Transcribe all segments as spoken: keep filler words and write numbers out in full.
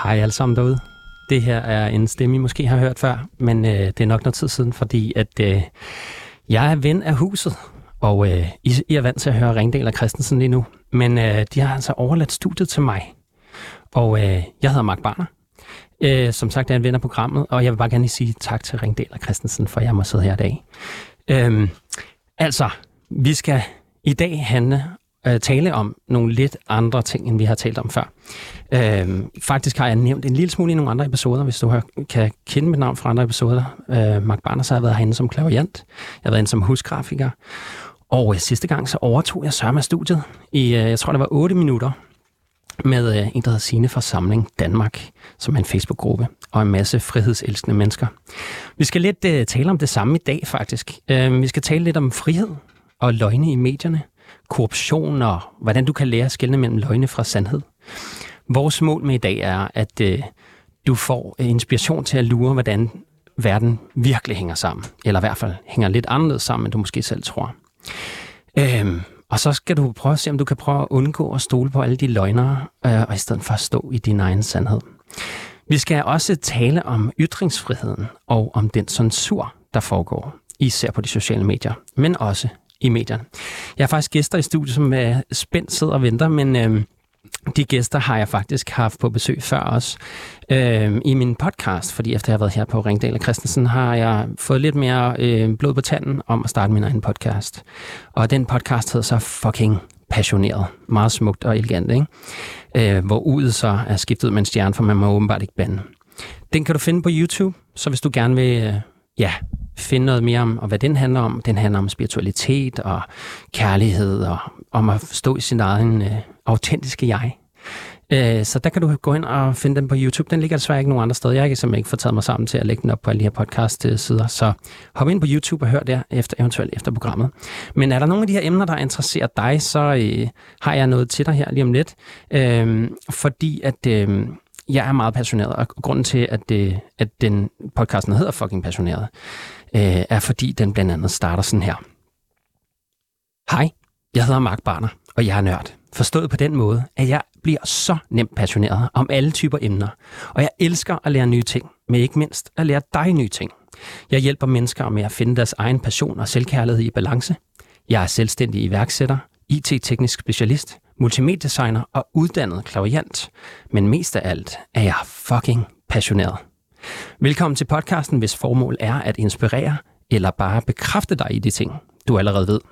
Hej alle sammen derude. Det her er en stemme, I måske har hørt før, men øh, det er nok noget tid siden, fordi at øh, jeg er ven af huset, og øh, I, I er vant til at høre Ringdal og Christensen lige nu, men øh, de har altså overladt studiet til mig. Og øh, jeg hedder Mark Barner. Øh, som sagt er jeg en ven af programmet, og jeg vil bare gerne sige tak til Ringdal og Christensen, for jeg må sidde her i dag. Øh, altså, vi skal i dag handle øh, tale om nogle lidt andre ting, end vi har talt om før. Øh, faktisk har jeg nævnt en lille smule i nogle andre episoder, hvis du har, kan kende mit navn fra andre episoder. Øh, Mark Barner, så har jeg været herinde som klaverjant. Jeg har været inde som husgrafiker. Og øh, sidste gang så overtog jeg sørme af studiet i, øh, jeg tror det var otte minutter, med øh, en, der hedder Signe fra Samling Danmark, som er en Facebook-gruppe, og en masse frihedselskende mennesker. Vi skal lidt øh, tale om det samme i dag, faktisk. Øh, vi skal tale lidt om frihed og løgne i medierne, korruption og hvordan du kan lære at skelne mellem løgne fra sandhed. Vores mål med i dag er, at øh, du får inspiration til at lure, hvordan verden virkelig hænger sammen, eller i hvert fald hænger lidt anderledes sammen, end du måske selv tror. Øh, Og så skal du prøve at se, om du kan prøve at undgå at stole på alle de løgnere, øh, og i stedet for at stå i din egen sandhed. Vi skal også tale om ytringsfriheden og om den censur, der foregår, især på de sociale medier, men også i medierne. Jeg har faktisk gæster i studiet, som er spændt sidder og venter, men øh, de gæster har jeg faktisk haft på besøg før også øh, i min podcast, fordi efter jeg har været her på Ringdal og Christensen, har jeg fået lidt mere øh, blod på tanden om at starte min egen podcast. Og den podcast hedder så Fucking Passioneret. Meget smukt og elegant, ikke? Øh, hvor udet så er skiftet ud med en stjerne, for man må åbenbart ikke bande. Den kan du finde på YouTube, så hvis du gerne vil øh, ja, finde noget mere om, og hvad den handler om. Den handler om spiritualitet og kærlighed og om at stå i sin egen øh, autentiske jeg. Øh, så der kan du gå ind og finde den på YouTube. Den ligger desværre ikke nogen andre steder. Jeg har ikke, simpelthen ikke fået taget mig sammen til at lægge den op på alle de her podcast-sider. Så hop ind på YouTube og hør der, efter, eventuelt efter programmet. Men er der nogle af de her emner, der interesserer dig, så øh, har jeg noget til dig her lige om lidt. Øh, fordi at øh, jeg er meget passioneret, og grunden til, at, øh, at den podcasten hedder Fucking Passioneret, øh, er fordi den blandt andet starter sådan her. Hej, jeg hedder Mark Barner, og jeg er nørd. Forstået på den måde, at jeg bliver så nemt passioneret om alle typer emner. Og jeg elsker at lære nye ting, men ikke mindst at lære dig nye ting. Jeg hjælper mennesker med at finde deres egen passion og selvkærlighed i balance. Jeg er selvstændig iværksætter, I T-teknisk specialist, multimediedesigner og uddannet klaverjant. Men mest af alt er jeg fucking passioneret. Velkommen til podcasten, hvis formål er at inspirere eller bare bekræfte dig i de ting, du allerede ved.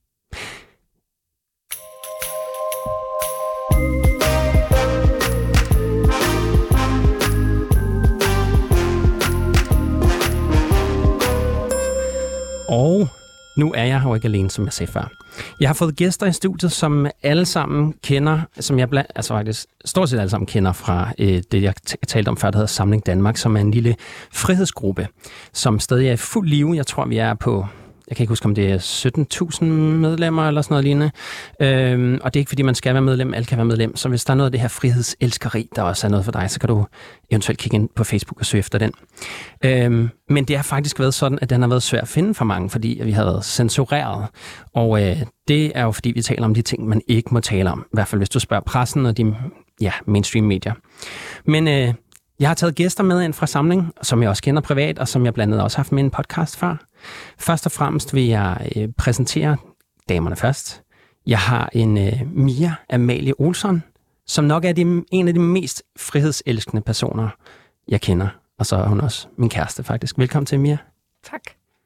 Og nu er jeg jo ikke alene, som jeg sagde før. Jeg har fået gæster i studiet, som alle sammen kender, som jeg blandt, altså faktisk stort set alle sammen kender fra øh, det, jeg t- talte om før, der hedder Samling Danmark, som er en lille frihedsgruppe, som stadig er i fuld live. Jeg tror, vi er på, jeg kan ikke huske, om det er sytten tusind medlemmer eller sådan noget lignende. Øhm, og det er ikke, fordi man skal være medlem, alle kan være medlem. Så hvis der er noget af det her frihedselskeri, der også er noget for dig, så kan du eventuelt kigge ind på Facebook og søge efter den. Øhm, men det har faktisk været sådan, at den har været svær at finde for mange, fordi vi har været censureret. Og øh, det er jo, fordi vi taler om de ting, man ikke må tale om. I hvert fald, hvis du spørger pressen og de ja, mainstream medier. Men øh, jeg har taget gæster med ind fra Samling, som jeg også kender privat, og som jeg blandt andet også har haft med en podcast før. Først og fremmest vil jeg øh, præsentere damerne først. Jeg har en øh, Mia Amalie Olsson, som nok er de, en af de mest frihedselskende personer, jeg kender. Og så er hun også min kæreste, faktisk. Velkommen til, Mia. Tak.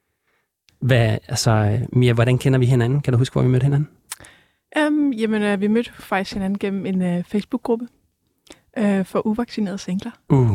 Hvad, altså, Mia, hvordan kender vi hinanden? Kan du huske, hvor vi mødte hinanden? Um, jamen, uh, vi mødte faktisk hinanden gennem en uh, Facebook-gruppe uh, for uvaccinerede singler. Uh,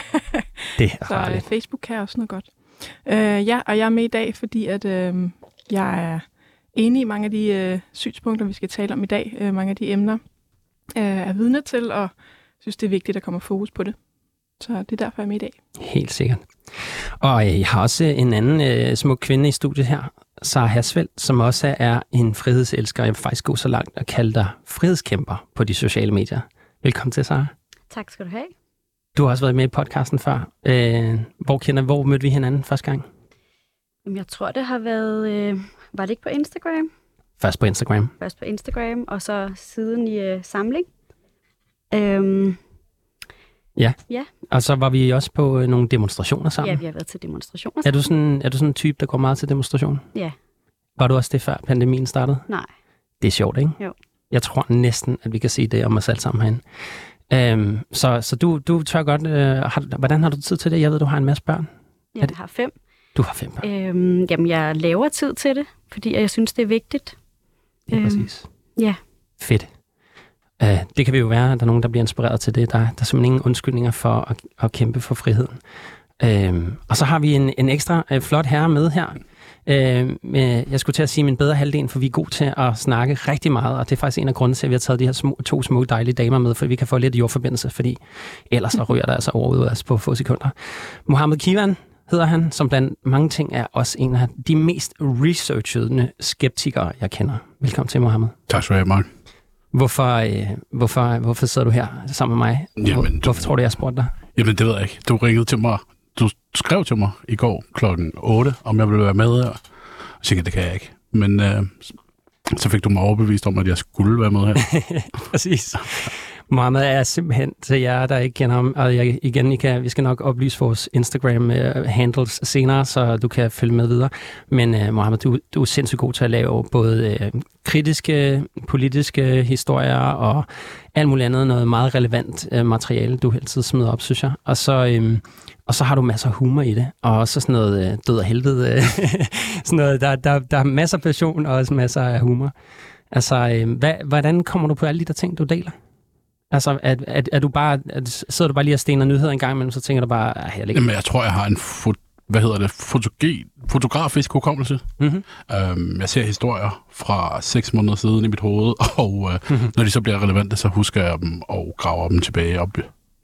det er Så uh, Facebook kan også noget godt. Uh, ja, og jeg er med i dag, fordi at, uh, jeg er enig i mange af de uh, synspunkter, vi skal tale om i dag. Uh, mange af de emner uh, er vidne til, og synes, det er vigtigt, at der kommer fokus på det. Så det er derfor, jeg er med i dag. Helt sikkert. Og jeg har også en anden øh, smuk kvinde i studiet her, Sara Hasfeldt, som også er en frihedselsker. Jeg vil faktisk gå så langt og kalde dig frihedskæmper på de sociale medier. Velkommen til, Sara. Tak skal du have. Du har også været med i podcasten før. Øh, hvor, kender, hvor mødte vi hinanden første gang? Jeg tror, det har været... Øh, var det ikke på Instagram? Først på Instagram. Først på Instagram, og så siden i øh, Samling. Øhm, Ja. Ja. Og så var vi også på øh, nogle demonstrationer sammen. Ja, vi har været til demonstrationer Er du sammen. sådan, er du sådan en type, der går meget til demonstration? Ja. Var du også det, før pandemien startede? Nej. Det er sjovt, ikke? Jo. Jeg tror næsten, at vi kan sige det om os alle sammen herinde. Øhm, så så du, du tør godt... Øh, har, hvordan har du tid til det? Jeg ved, du har en masse børn. Jeg har fem. Du har fem børn. Øhm, jamen, jeg laver tid til det, fordi jeg synes, det er vigtigt. Det er øhm, præcis. Ja. Fedt. Uh, det kan vi jo være, at der er nogen, der bliver inspireret til det. Der, der er simpelthen ingen undskyldninger for at, at kæmpe for friheden. Uh, og så har vi en, en ekstra uh, flot herre med her. Uh, med, jeg skulle til at sige min bedre halvdel, for vi er gode til at snakke rigtig meget, og det er faktisk en af grundene til, at vi har taget de her små, to små dejlige damer med, for vi kan få lidt jordforbindelse, fordi ellers så ryger der altså over ud af os på få sekunder. Mohammed Kivan hedder han, som blandt mange ting er også en af de mest researchede skeptikere, jeg kender. Velkommen til, Mohammed. Tak skal du have, Mark. Hvorfor, øh, hvorfor, hvorfor sidder du her sammen med mig? Hvor, Jamen, hvorfor tror du, jeg spurgte dig? Jamen, det ved jeg ikke. Du ringede til mig. Du skrev til mig i går klokken otte, om jeg ville være med. Og jeg tænkte, det kan jeg ikke. Men øh, så fik du mig overbevist om, at jeg skulle være med her. Præcis. Mohammed er simpelthen til jer, der ikke kender ham. Og jeg, igen, I kan, vi skal nok oplyse vores Instagram-handles uh, senere, så du kan følge med videre. Men uh, Mohammed, du, du er sindssygt god til at lave både uh, kritiske, politiske historier og alt muligt andet, noget meget relevant uh, materiale, du altid smider op, synes jeg. Og så, um, og så har du masser af humor i det, og også sådan noget uh, død og helvede. sådan noget, der, der, der er masser af passion og også masser af humor. Altså, uh, hvad, hvordan kommer du på alle de der ting, du deler? Altså, er, er, er du bare, er, sidder du bare lige og stener nyheder en gang imellem, så tænker du bare, at jeg ligger... Jamen, jeg tror, jeg har en fo- hvad hedder det, fotogen, fotografisk hukommelse. Mm-hmm. Øhm, jeg ser historier fra seks måneder siden i mit hoved, og øh, mm-hmm. når de så bliver relevante, så husker jeg dem og graver dem tilbage op.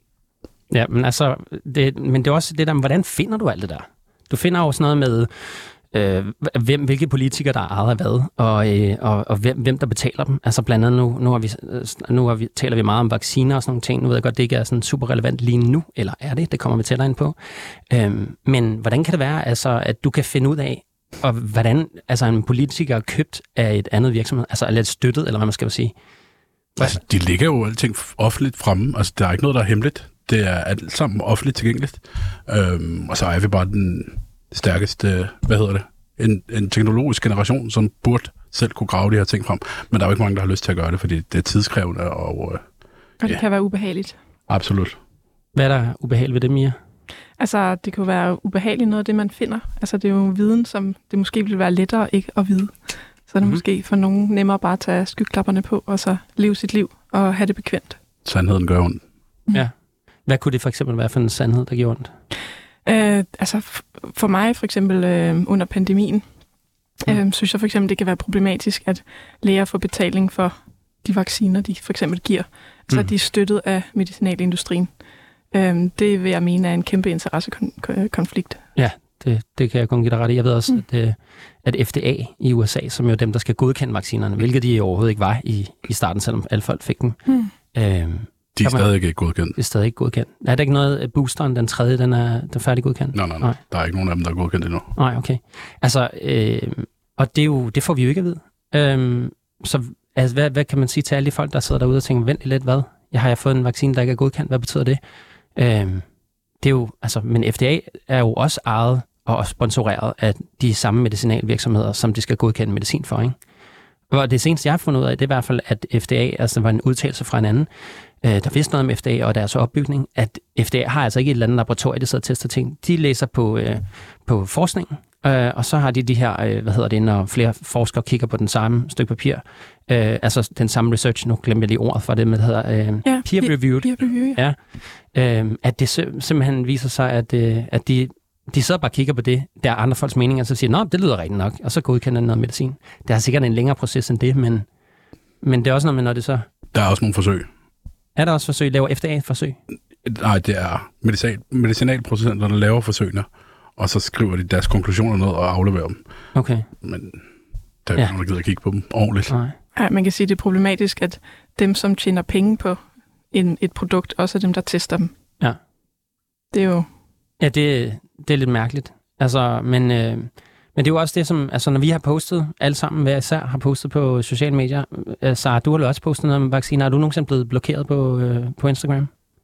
Ja, men altså, det, men det er også det der, hvordan finder du alt det der? Du finder jo sådan noget med... Øh, hvem, hvilke politikere, der ejer hvad, og, øh, og, og hvem, hvem der betaler dem. Altså blandt andet nu, nu, har vi, nu har vi, taler vi meget om vacciner og sådan nogle ting. Nu ved jeg godt, det ikke er sådan super relevant lige nu, eller er det? Det kommer vi tættere ind på. Øh, men hvordan kan det være, altså, at du kan finde ud af, og hvordan altså, en politiker er købt af et andet virksomhed, altså er lidt støttet, eller hvad man skal sige? Altså, de ligger jo alting offentligt fremme. Altså, der er ikke noget, der er hemmeligt. Det er alt sammen offentligt tilgængeligt. Øhm, og så er vi bare den stærkeste, hvad hedder det, en, en teknologisk generation, som burde selv kunne grave de her ting frem. Men der er jo ikke mange, der har lyst til at gøre det, fordi det er tidskrævende. Og, og det ja. kan være ubehageligt. Absolut. Hvad er der ubehageligt ved det, Mia? Altså, det kan være ubehageligt noget af det, man finder. Altså, det er jo viden, som det måske vil være lettere ikke at vide. Så er det mm-hmm. måske for nogen nemmere bare at tage skyklapperne på, og så leve sit liv og have det bekvemt. Sandheden gør ondt. Mm. Ja. Hvad kunne det for eksempel være for en sandhed, der giver ondt? Øh, altså, for mig for eksempel øh, under pandemien, mm. øh, synes jeg for eksempel, det kan være problematisk, at læger får betaling for de vacciner, de for eksempel giver. Altså, mm. de er støttet af medicinalindustrien. Øh, det vil jeg mene er en kæmpe interessekonflikt. Ja, det, det kan jeg kun give dig ret i. Jeg ved også, mm. at, at F D A i U S A, som jo er dem, der skal godkende vaccinerne, hvilket de overhovedet ikke var i, i starten, selvom alle folk fik den. Mm. Øh, De er stadig ikke godkendt. Det er stadig ikke godkendt. Er der ikke noget, boosteren, den tredje, den er, den er færdig godkendt? Nej, nej, nej. Der er ikke nogen af dem, der er godkendt endnu. Nej, okay. Altså, øh, og det, er jo, det får vi jo ikke at vide. Øh, så altså, hvad, hvad kan man sige til alle de folk, der sidder derude og tænker, vent lidt, hvad? Jeg har jeg fået en vaccine, der ikke er godkendt. Hvad betyder det? Øh, det er jo, altså, men F D A er jo også ejet og sponsoreret af de samme medicinalvirksomheder, som de skal godkende medicin for, ikke? Og det seneste, jeg har fundet ud af, det er i hvert fald, at F D A, altså der var en udtalelse fra en anden, øh, der vidste noget om F D A og deres opbygning, at F D A har altså ikke et eller andet laboratorium, der sidder og tester ting. De læser på, øh, på forskningen, øh, og så har de de her, øh, hvad hedder det, når flere forskere kigger på den samme stykke papir, øh, altså den samme research, nu glemmer jeg lige ordet for det, men det hedder øh, ja, peer-reviewed, peer review, ja. Ja, øh, at det simpelthen viser sig, at, øh, at de De sidder bare og kigger på det, der er andre folks meninger, og så siger, nå, det lyder rigtigt nok, og så godkender noget medicin. Det er sikkert en længere proces end det, men, men det er også noget med, når det så... Der er også nogle forsøg. Er der også forsøg? Laver F D A forsøg? Nej, det er medicinal, medicinalproducenter, der laver forsøgene, og så skriver de deres konklusioner ned og afleverer dem. Okay. Men der er ikke ja. nogen, der gider at kigge på dem ordentligt. Nej. Ja, man kan sige, at det er problematisk, at dem, som tjener penge på en, et produkt, også er dem, der tester dem. Ja. Det er jo... Ja, det, det er lidt mærkeligt. Altså, men, øh, men det er jo også det, som... Altså, når vi har postet, alle sammen hver især har postet på sociale medier. Øh, Sara, du har også postet noget om vacciner. Er du nogensinde blevet blokeret på, øh, på Instagram?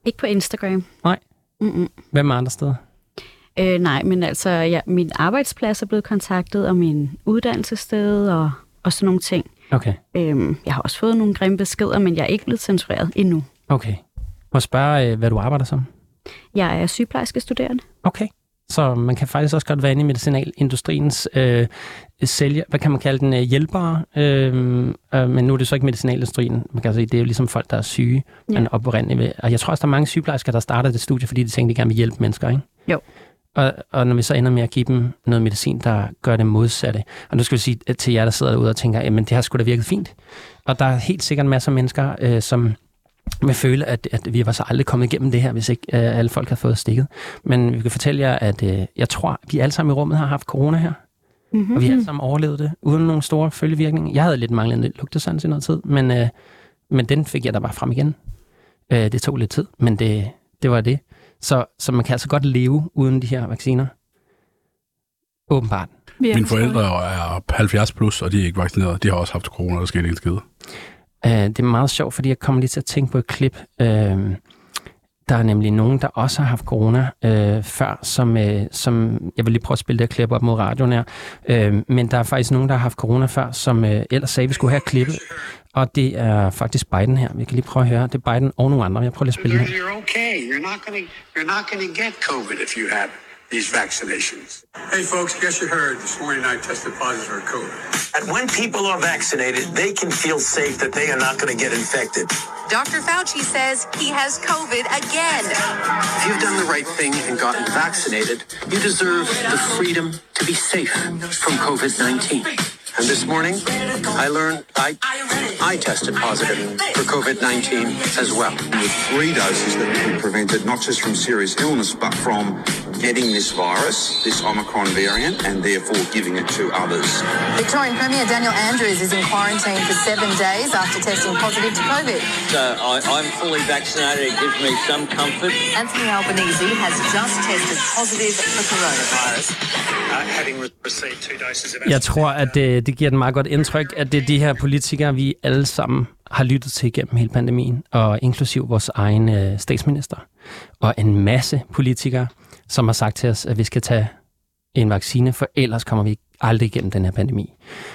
Ikke på Instagram. Nej. Mm-mm. Hvem er andre steder? Øh, nej, men altså, ja, min arbejdsplads er blevet kontaktet, og min uddannelsessted og, og sådan nogle ting. Okay. Øhm, jeg har også fået nogle grimme beskeder, men jeg er ikke blevet censureret endnu. Okay. Må jeg spørge, hvad du arbejder som? Jeg er sygeplejerske studerende. Okay. Så man kan faktisk også godt være inde i medicinalindustriens øh, sælger, hvad kan man kalde den, øh, hjælpere, øh, øh, men nu er det så ikke medicinalindustrien. Man kan sige, det er jo ligesom folk, der er syge, ja. Men oprindeligt ved. Og jeg tror også, der er mange sygeplejersker, der starter det studie, fordi de tænker, de gerne vil hjælpe mennesker, ikke? Jo. Og, og når vi så ender med at give dem noget medicin, der gør det modsatte. Og nu skal vi sige til jer, der sidder derude og tænker, jamen det har sgu da virket fint. Og der er helt sikkert masser af mennesker, øh, som vil føle, at, at vi var så aldrig kommet igennem det her, hvis ikke øh, alle folk har fået stikket. Men vi kan fortælle jer, at øh, jeg tror, at vi alle sammen i rummet har haft corona her. Mm-hmm. Og vi har alle sammen overlevet det, uden nogle store følgevirkninger. Jeg havde lidt manglende lugtesans i noget tid, men, øh, men den fik jeg da bare frem igen. Øh, det tog lidt tid, men det, det var det. Så, så man kan altså godt leve uden de her vacciner. Åbenbart. Mine forældre er halvfjerds plus, og de er ikke vaccineret. De har også haft corona, der skete ikke en skide. Uh, det er meget sjovt, fordi jeg kommer lige til at tænke på et klip. Uh, der er nemlig nogen, der også har haft corona uh, før, som, uh, som... Jeg vil lige prøve at spille det her klip op mod radioen her. Uh, men der er faktisk nogen, der har haft corona før, som uh, ellers sagde, at vi skulle have klippet. Og det er faktisk Biden her. Vi kan lige prøve at høre. Det er Biden og nogle andre. Jeg prøver lige at spille det her. You're okay. You're not gonna, you're not gonna get COVID if you have these vaccinations. Hey folks, guess you heard this morning I tested positive for COVID. And when people are vaccinated, they can feel safe that they are not going to get infected. Doctor Fauci says he has COVID again. If you've done the right thing and gotten vaccinated, you deserve the freedom to be safe from COVID nineteen. And this morning, I learned I, I tested positive for COVID nineteen as well. With three doses that can be prevented not just from serious illness, but from getting this virus, this Omicron variant, and therefore giving it to others. Victorian Premier Daniel Andrews is in quarantine for seven days after testing positive to COVID. So I, I'm fully vaccinated. It gives me some comfort. Anthony Albanese has just tested positive for coronavirus. Uh, having received two doses of Jeg tror, at det, det giver et meget godt indtryk, at det er de her politikere, vi alle sammen har lyttet til gennem hele pandemien, og inklusiv vores egen øh, statsminister. Og en masse politikere, som har sagt til os, at vi skal tage en vaccine, for ellers kommer vi aldrig igennem den her pandemi.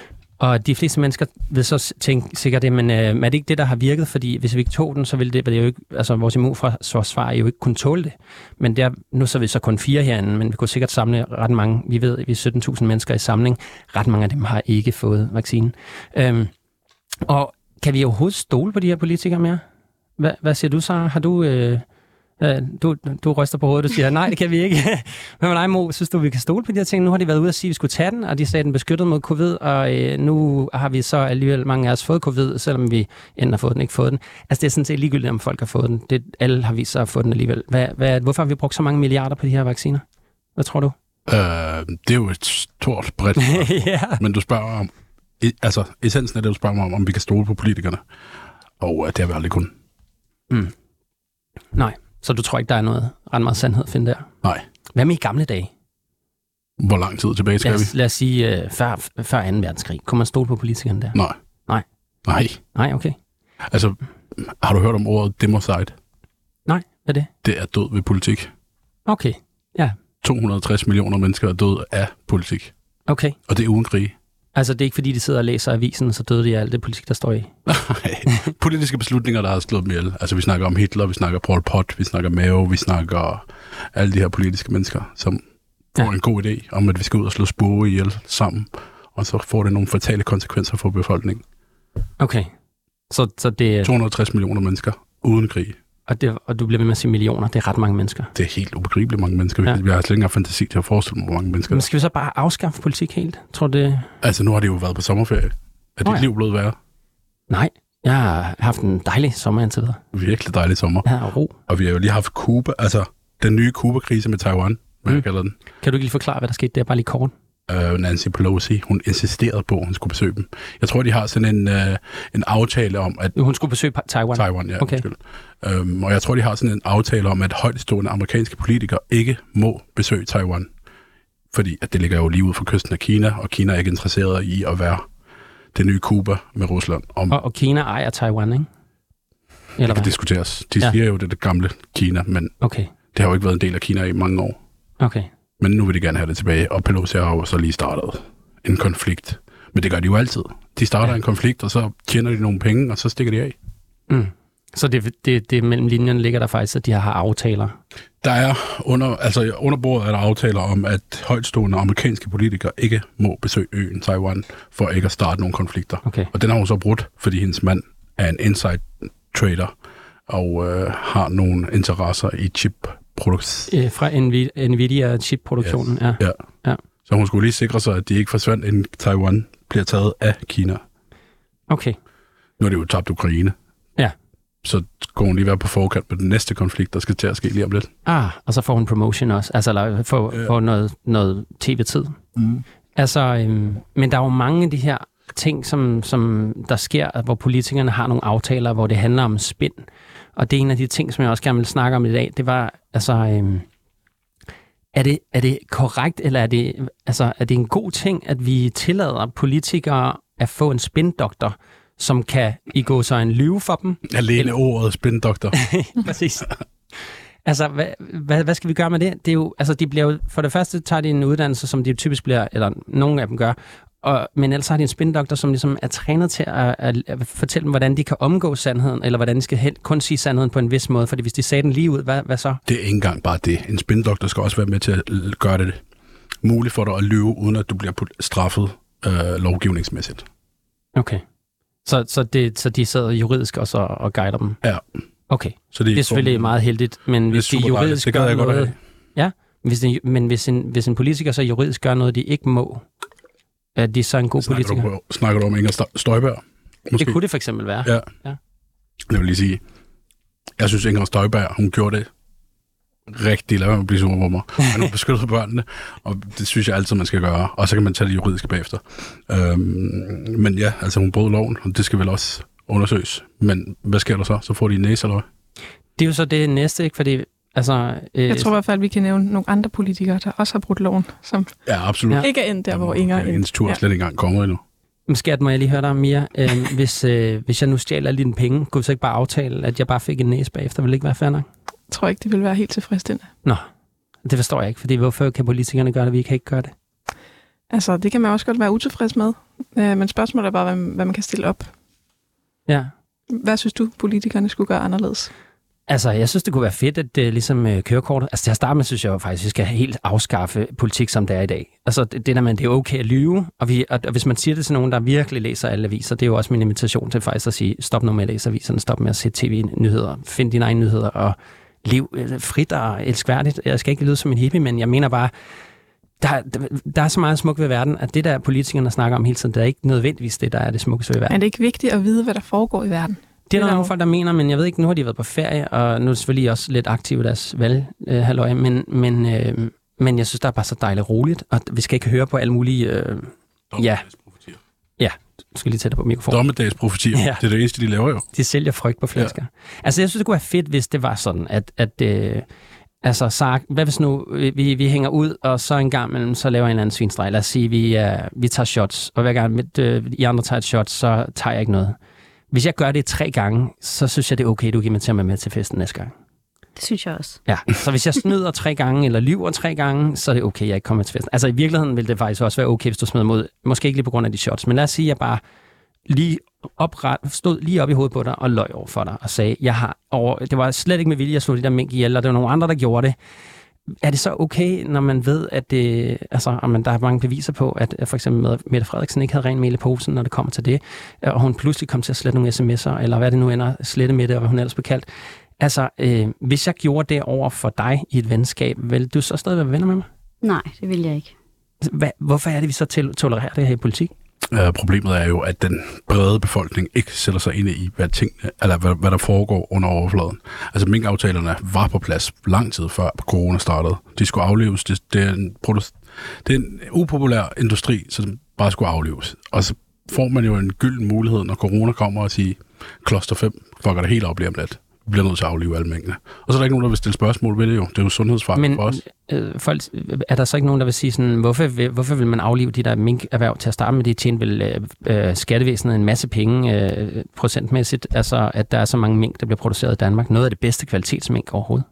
Og de fleste mennesker vil så tænke sikkert det, men øh, er det ikke det, der har virket? Fordi hvis vi ikke tog den, så ville det, det jo ikke, altså vores immunforsvar er jo ikke kunne tåle det. Men der, nu så er vi så kun fire herinde, men vi kunne sikkert samle ret mange. Vi ved, vi er sytten tusind mennesker i samling. Ret mange af dem har ikke fået vaccinen. Øhm, og kan vi overhovedet stole på de her politikere mere? Hvad, hvad siger du så? Har du... Øh, Du, du ryster på hovedet og siger, nej, det kan vi ikke. Men med dig, Mo, synes du, vi kan stole på de her ting? Nu har de været ude og sige, at vi skulle tage den, og de sagde, at den beskyttede mod covid, og øh, nu har vi så alligevel mange af os fået covid, selvom vi enten har fået den, ikke fået den. Altså, det er sådan set ligegyldigt, om folk har fået den. Det, alle har vist sig at få den alligevel. Hvad, hvad, hvorfor har vi brugt så mange milliarder på de her vacciner? Hvad tror du? Øh, det er jo et stort bredt. Ja. Men du spørger om, altså, essensen af det, du spørger mig om, om vi kan stole på politikerne. Og uh, det har vi aldrig kun. Mm. Nej. Så du tror ikke, der er noget ret meget sandhed at finde der? Nej. Hvad med i gamle dage? Hvor lang tid tilbage skal lad os, vi? Lad os sige uh, før, før anden verdenskrig. Kunne man stole på politikerne der? Nej. Nej. Nej. Nej, okay. Altså, har du hørt om ordet democide? Nej, hvad er det? Det er død ved politik. Okay, ja. to hundrede og tres millioner mennesker er døde af politik. Okay. Og det er uden krig. Altså, det er ikke fordi, de sidder og læser avisen, så døde de af alt det politik, der står i? Nej. Politiske beslutninger, der har slået dem ihjel. Altså, vi snakker om Hitler, vi snakker Pol Pot, vi snakker Mao, vi snakker alle de her politiske mennesker, som får ja. en god idé om, at vi skal ud og slå spore ihjel sammen. Og så får det nogle fatale konsekvenser for befolkningen. Okay. Så, så det... to hundrede og tres millioner mennesker uden krig. Og, det, og du bliver ved med at sige millioner. Det er ret mange mennesker. Det er helt ubegribeligt mange mennesker. Ja. Vi har slet ikke haft fantasi til at forestille mig, hvor mange mennesker. Men skal vi så bare afskaffe politik helt? Tror det... Altså, nu har det jo været på sommerferie. Er dit oh, ja. liv blevet værre? Nej. Jeg har haft en dejlig sommer indtil videre. Virkelig dejlig sommer. Ja, og ro. Og vi har jo lige haft Cuba, altså den nye Cuba-krise med Taiwan, hvad mm. jeg kalder den. Kan du ikke lige forklare, hvad der skete der? Bare lige kort. Uh, Nancy Pelosi, hun insisterede på, at hun skulle besøge dem. Jeg tror, de har sådan en, uh, en aftale om, at... Hun skulle besøge Taiwan? Taiwan, ja. Okay. Um, og jeg tror, de har sådan en aftale om, at højtstående amerikanske politikere ikke må besøge Taiwan. Fordi at det ligger jo lige ud for kysten af Kina, og Kina er ikke interesseret i at være det nye Cuba med Rusland. Om... Og, og Kina ejer Taiwan, ikke? Eller det kan hvad? diskuteres. De Ja. siger jo, det er det gamle Kina, men Okay, det har jo ikke været en del af Kina i mange år. okay. Men nu vil de gerne have det tilbage, og Pelosi har jo så lige startet en konflikt. Men det gør de jo altid. De starter ja. en konflikt, og så tjener de nogle penge, og så stikker de af. Mm. Så det, det, det mellem linjerne ligger der faktisk, at de har aftaler? Der er under, altså under bordet er der aftaler om, at højtstående amerikanske politikere ikke må besøge øen Taiwan, for ikke at starte nogle konflikter. Okay. Og den har hun så brudt, fordi hendes mand er en inside trader, og øh, har nogle interesser i chip-produktion. Øh, fra Nvi- Nvidia chip-produktionen, Yes. ja. Ja. Ja. Så hun skulle lige sikre sig, at de ikke forsvandt, inden Taiwan bliver taget af Kina. Okay. Nu er det jo tabt Ukraine. Ja. Så går hun lige være på forkant med den næste konflikt, der skal til at ske lige om lidt. Ah, og så får hun promotion også, altså eller får, Ja. får noget, noget tv-tid. Mm. Altså, øhm, men der er jo mange af de her ting, som, som der sker, hvor politikerne har nogle aftaler, hvor det handler om spind. Og det er en af de ting, som jeg også gerne vil snakke om i dag. Det var, altså, øhm, er, det, er det korrekt, eller er det, altså, er det en god ting, at vi tillader politikere at få en spindoktor, som kan i gå så en lyve for dem? Alene Eller- ordet spindoktor. Præcis. Altså, hvad, hvad, hvad skal vi gøre med det? Det er jo, altså, de bliver jo, for det første tager de en uddannelse, som de typisk bliver, eller nogle af dem gør, og, men ellers har de en spindoktor, som ligesom er trænet til at, at, at fortælle dem, hvordan de kan omgå sandheden, eller hvordan de skal hen, kun sige sandheden på en vis måde, fordi hvis de sagde den lige ud, hvad, hvad så? Det er ikke engang bare det. En spindoktor skal også være med til at l- gøre det muligt for dig at lyve, uden at du bliver put- straffet øh, lovgivningsmæssigt. Okay. Så, så, det, så de sidder juridisk også og, og guider dem? Ja. Okay. Så Det er selvfølgelig meget heldigt, men hvis de super dejligt. juridisk Det gad gør jeg godt noget... have. Ja, hvis de, men hvis en, hvis en politiker så juridisk gør noget, de ikke må, er de så en god Snakker politiker? du, på, snakker du om Inger Sto- Støjberg? Måske? Det kunne det for eksempel være. Ja. Ja. Jeg vil lige sige, jeg synes Inger Støjberg, hun gjorde det rigtig, lad være med at blive sur på mig. Men hun beskyttede børnene, og det synes jeg altid, man skal gøre. Og så kan man tage det juridiske bagefter. Øhm, men ja, altså hun brød loven, og det skal vel også undersøges. Men hvad sker der så? Så får de en næse, eller hvad? Det er jo så det næste, ikke? Fordi, altså... Øh, Jeg tror i hvert fald, at vi kan nævne nogle andre politikere, der også har brudt loven, som Ja, absolut. Ja. ikke er endt der, hvor Inger er endt. Hendes tur er Ja. slet ikke engang kommet endnu. Skat, må jeg lige høre dig, Mia. Øh, hvis, øh, hvis jeg nu stjæler alle dine penge, kunne vi så ikke bare aftale, at jeg bare fik en næse bagefter? Vil det ikke være fair nok? Jeg tror ikke, det vil være helt tilfredsstillende. Nå, det forstår jeg ikke, fordi hvorfor kan politikerne gøre det, vi kan ikke gøre det? Altså, det kan man også godt være utilfreds med. Øh, men spørgsmålet er bare, hvad, hvad man kan stille op. Ja. Hvad synes du, politikerne skulle gøre anderledes? Altså, jeg synes, det kunne være fedt, at det ligesom øh, kørekortet... Altså, til at starte med, synes jeg jo faktisk, at vi skal helt afskaffe politik, som det er i dag. Altså, det, det der med, det er okay at lyve, og, vi, og, og hvis man siger det til nogen, der virkelig læser alle aviser, det er jo også min invitation til faktisk at sige, stop nu med at læse aviserne, stop med at se tv-nyheder, find dine egne nyheder, og lev øh, frit og elskværdigt. Jeg skal ikke lyde som en hippie, men jeg mener bare, der, der, der er så meget smukt ved verden, at det der politikerne snakker om hele tiden, det er ikke nødvendigvis det, der er det smukkeste ved verden. Er det ikke vigtigt at vide, hvad der foregår i verden? Det er der Eller- nogle folk, der mener, men jeg ved ikke, nu har de været på ferie, og nu er de selvfølgelig også lidt aktive i deres valghalløj, men, men, øh, men jeg synes, der er bare så dejligt roligt, og vi skal ikke høre på alle mulige... Øh, ja, ja, du skal lige tætte på mikrofonen. Dommedagsprofetier. Ja. Det er det eneste, de laver jo. De sælger frygt på flasker. Ja. Altså, jeg synes, det kunne være fedt, hvis det var sådan, at... at øh, altså, sagt, hvad hvis nu vi, vi hænger ud, og så en gang imellem, så laver en eller anden svinstreg. Lad os sige, vi, uh, vi tager shots, og hver gang mit, øh, I andre tager et shot, så tager jeg ikke noget. Hvis jeg gør det tre gange, så synes jeg, det er okay, du giver mig til at være med til festen næste gang. Det synes jeg også. Ja, så hvis jeg snyder tre gange, eller lyver tre gange, så er det okay, jeg ikke kommer til festen. Altså i virkeligheden vil det faktisk også være okay, hvis du smider mod, måske ikke lige på grund af de shots, men lad os sige, at jeg bare lige opret, stod lige op i hovedet på dig og løj over for dig og sagde, jeg har over, det var slet ikke med vilje, jeg slog de der mink ihjel, og det var nogle andre, der gjorde det. Er det så okay, når man ved, at det, altså, at der er mange beviser på, at for eksempel Mette Frederiksen ikke havde ren mel i posen, når det kommer til det, og hun pludselig kom til at slette nogle sms'er, eller hvad det nu ender, slette med det, og hvad hun ellers blev kaldt. Altså, øh, hvis jeg gjorde det over for dig i et venskab, vil du så stadig være venner med mig? Nej, det vil jeg ikke. Hvad, hvorfor er det, vi så til, tolererer det her i politik? Uh, problemet er jo, at den brede befolkning ikke sætter sig ind i, hvad, ting, eller hvad, hvad der foregår under overfladen. Altså, minkaftalerne var på plads lang tid før corona startede. De skulle afleves. Det, det, er, en, det er en upopulær industri, så den bare skulle afleves. Og så får man jo en gylden mulighed, når corona kommer og siger, kloster fem fucker det helt op lige om lidt. Vi bliver nødt til at aflive alle mængder. Og så er der ikke nogen, der vil stille spørgsmål ved det jo. Det er jo sundhedsfarligt for os. Øh, folk, er der så ikke nogen, der vil sige sådan, hvorfor vil, hvorfor vil man aflive de der minkerhverv til at starte med? De tjener vel øh, øh, skattevæsenet en masse penge øh, procentmæssigt, altså at der er så mange mink, der bliver produceret i Danmark. Noget af det bedste kvalitetsmink overhovedet.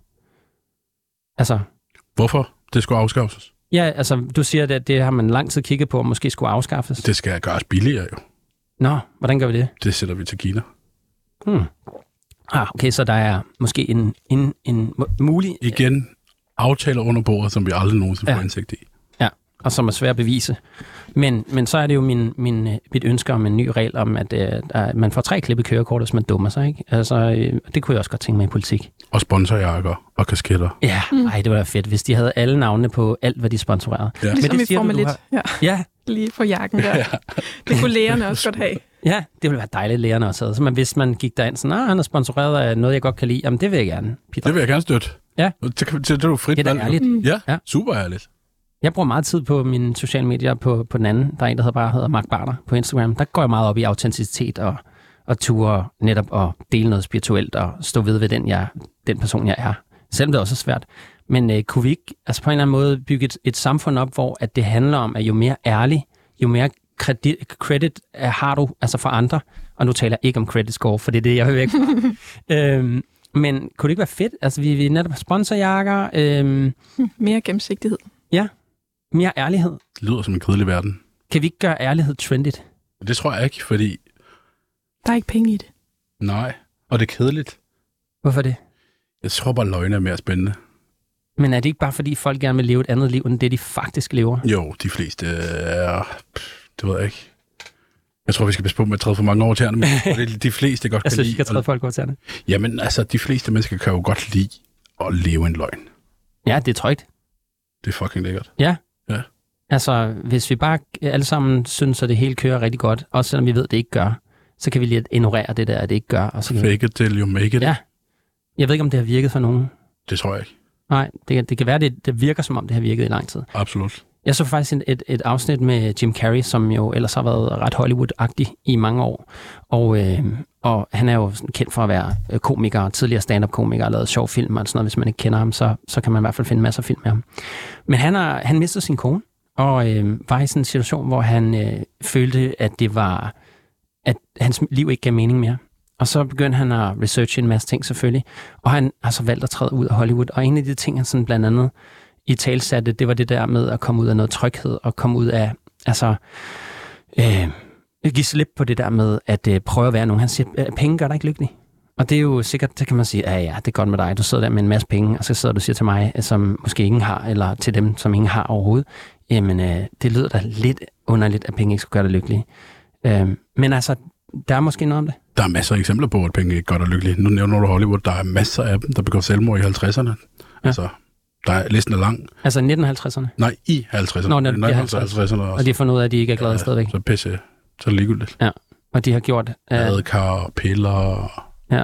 Altså... Hvorfor det skulle afskaffes? Ja, altså du siger, at det har man lang tid kigget på, og måske skulle afskaffes. Det skal gøres billigere jo. Nå, hvordan gør vi det? Det sætter vi til Kina. Hmm. Ah, okay, så der er måske en, en, en mulig... Igen, aftaler under bordet, som vi aldrig nogensinde ja. får indsigt i. Ja, og som er svært at bevise. Men, men så er det jo min, min, mit ønske om en ny regel om, at, at man får tre klip i kørekort, hvis man dummer sig, ikke? Altså, det kunne jeg også godt tænke mig i politik. Og sponsorjakker og kasketter. Ja, mm. ej, det var da fedt, hvis de havde alle navnene på alt, hvad de sponsorerede. Ja. Ligesom men det i Formel et. Har... Ja. ja. Lige på jakken der. Ja. Det kunne lægerne også godt have. Ja, det ville være dejligt, lægerne også havde. Så man, hvis man gik derind sådan, ah, han er sponsoreret af noget, jeg godt kan lide, jamen det vil jeg gerne, Peter. Det vil jeg gerne støtte. Ja. Det, det, det er jo frit. Det er da ærligt. Mm. Ja, ja, super ærligt. Jeg bruger meget tid på mine sociale medier på, på den anden. Der er en, der hedder bare hedder Mark Barter på Instagram. Der går jeg meget op i autenticitet og, og ture netop at dele noget spirituelt og stå ved ved den, jeg, den person, jeg er. Selvom det også er svært. Men øh, kunne vi ikke altså på en eller anden måde bygge et, et samfund op, hvor at det handler om, at jo mere ærlig, jo mere credit, credit har du altså for andre, og nu taler jeg ikke om credit score, for det er det, jeg hører væk fra. øhm, men kunne det ikke være fedt? Altså, vi, vi netop sponsorjakker. Øhm, mere gennemsigtighed. Ja, mere ærlighed. Det lyder som en kedelig verden. Kan vi ikke gøre ærlighed trendigt? Det tror jeg ikke, fordi... Der er ikke penge i det. Nej, og det er kedeligt. Hvorfor det? Jeg tror bare, løgne er mere spændende. Men er det ikke bare, fordi folk gerne vil leve et andet liv, end det, de faktisk lever? Jo, de fleste er... Det ved jeg ikke. Jeg tror, vi skal passe på med at træde for mange over tæerne, men det er de fleste godt kan lide. Jeg synes, vi skal træde folk over tæerne. Jamen, altså, de fleste mennesker kan jo godt lide at leve en løgn. Ja, det er trygt. Det er fucking lækkert. Ja. Ja. Altså, hvis vi bare alle sammen synes, at det hele kører rigtig godt, også selvom vi ved, at det ikke gør, så kan vi lige ignorere det der, at det ikke gør. Og så kan Fake vi... it till you make it. Ja. Jeg ved ikke, om det har virket for nogen. Det tror jeg ikke. Nej, det, det kan være, det, det virker, som om det har virket i lang tid. Absolut. Jeg så faktisk et, et, et afsnit med Jim Carrey, som jo ellers har været ret Hollywood-agtig i mange år. Og, øh, og han er jo kendt for at være komiker, tidligere stand-up-komiker, og lavet sjov film og sådan noget. Hvis man ikke kender ham, så, så kan man i hvert fald finde masser af film med ham. Men han, har, han mistede sin kone, og øh, var i sådan en situation, hvor han øh, følte, at det var, at hans liv ikke gav mening mere. Og så begyndte han at researche en masse ting selvfølgelig, og han har så valgt at træde ud af Hollywood. Og en af de ting, han sådan blandt andet i talsatte, det var det der med at komme ud af noget tryghed, og komme ud af, altså, øh, give slip på det der med at øh, prøve at være nogen. Han siger, at penge gør dig ikke lykkelig. Og det er jo sikkert, det kan man sige, ja ja, det er godt med dig, du sidder der med en masse penge, og så sidder du og siger til mig, som måske ingen har, eller til dem, som ingen har overhovedet, jamen øh, det lyder da lidt underligt, at penge ikke skulle gøre dig lykkelig. Øh, men altså, der er måske noget om det. Der er masser af eksempler på, at penge ikke gør dig lykkelig. Nu nævner du Hollywood, der er masser af dem, der begår selvmord i halvtredserne. Ja. Altså, der er, listen er lang. Altså nitten halvtredserne? Nej, i halvtredserne. Nå, når de er halvtredserne. Og de har fundet ud af, at de ikke er glade ja, stadigvæk. Så pisse, så er det ligegyldigt. Ja, og de har gjort... Adekar, piller... Ja.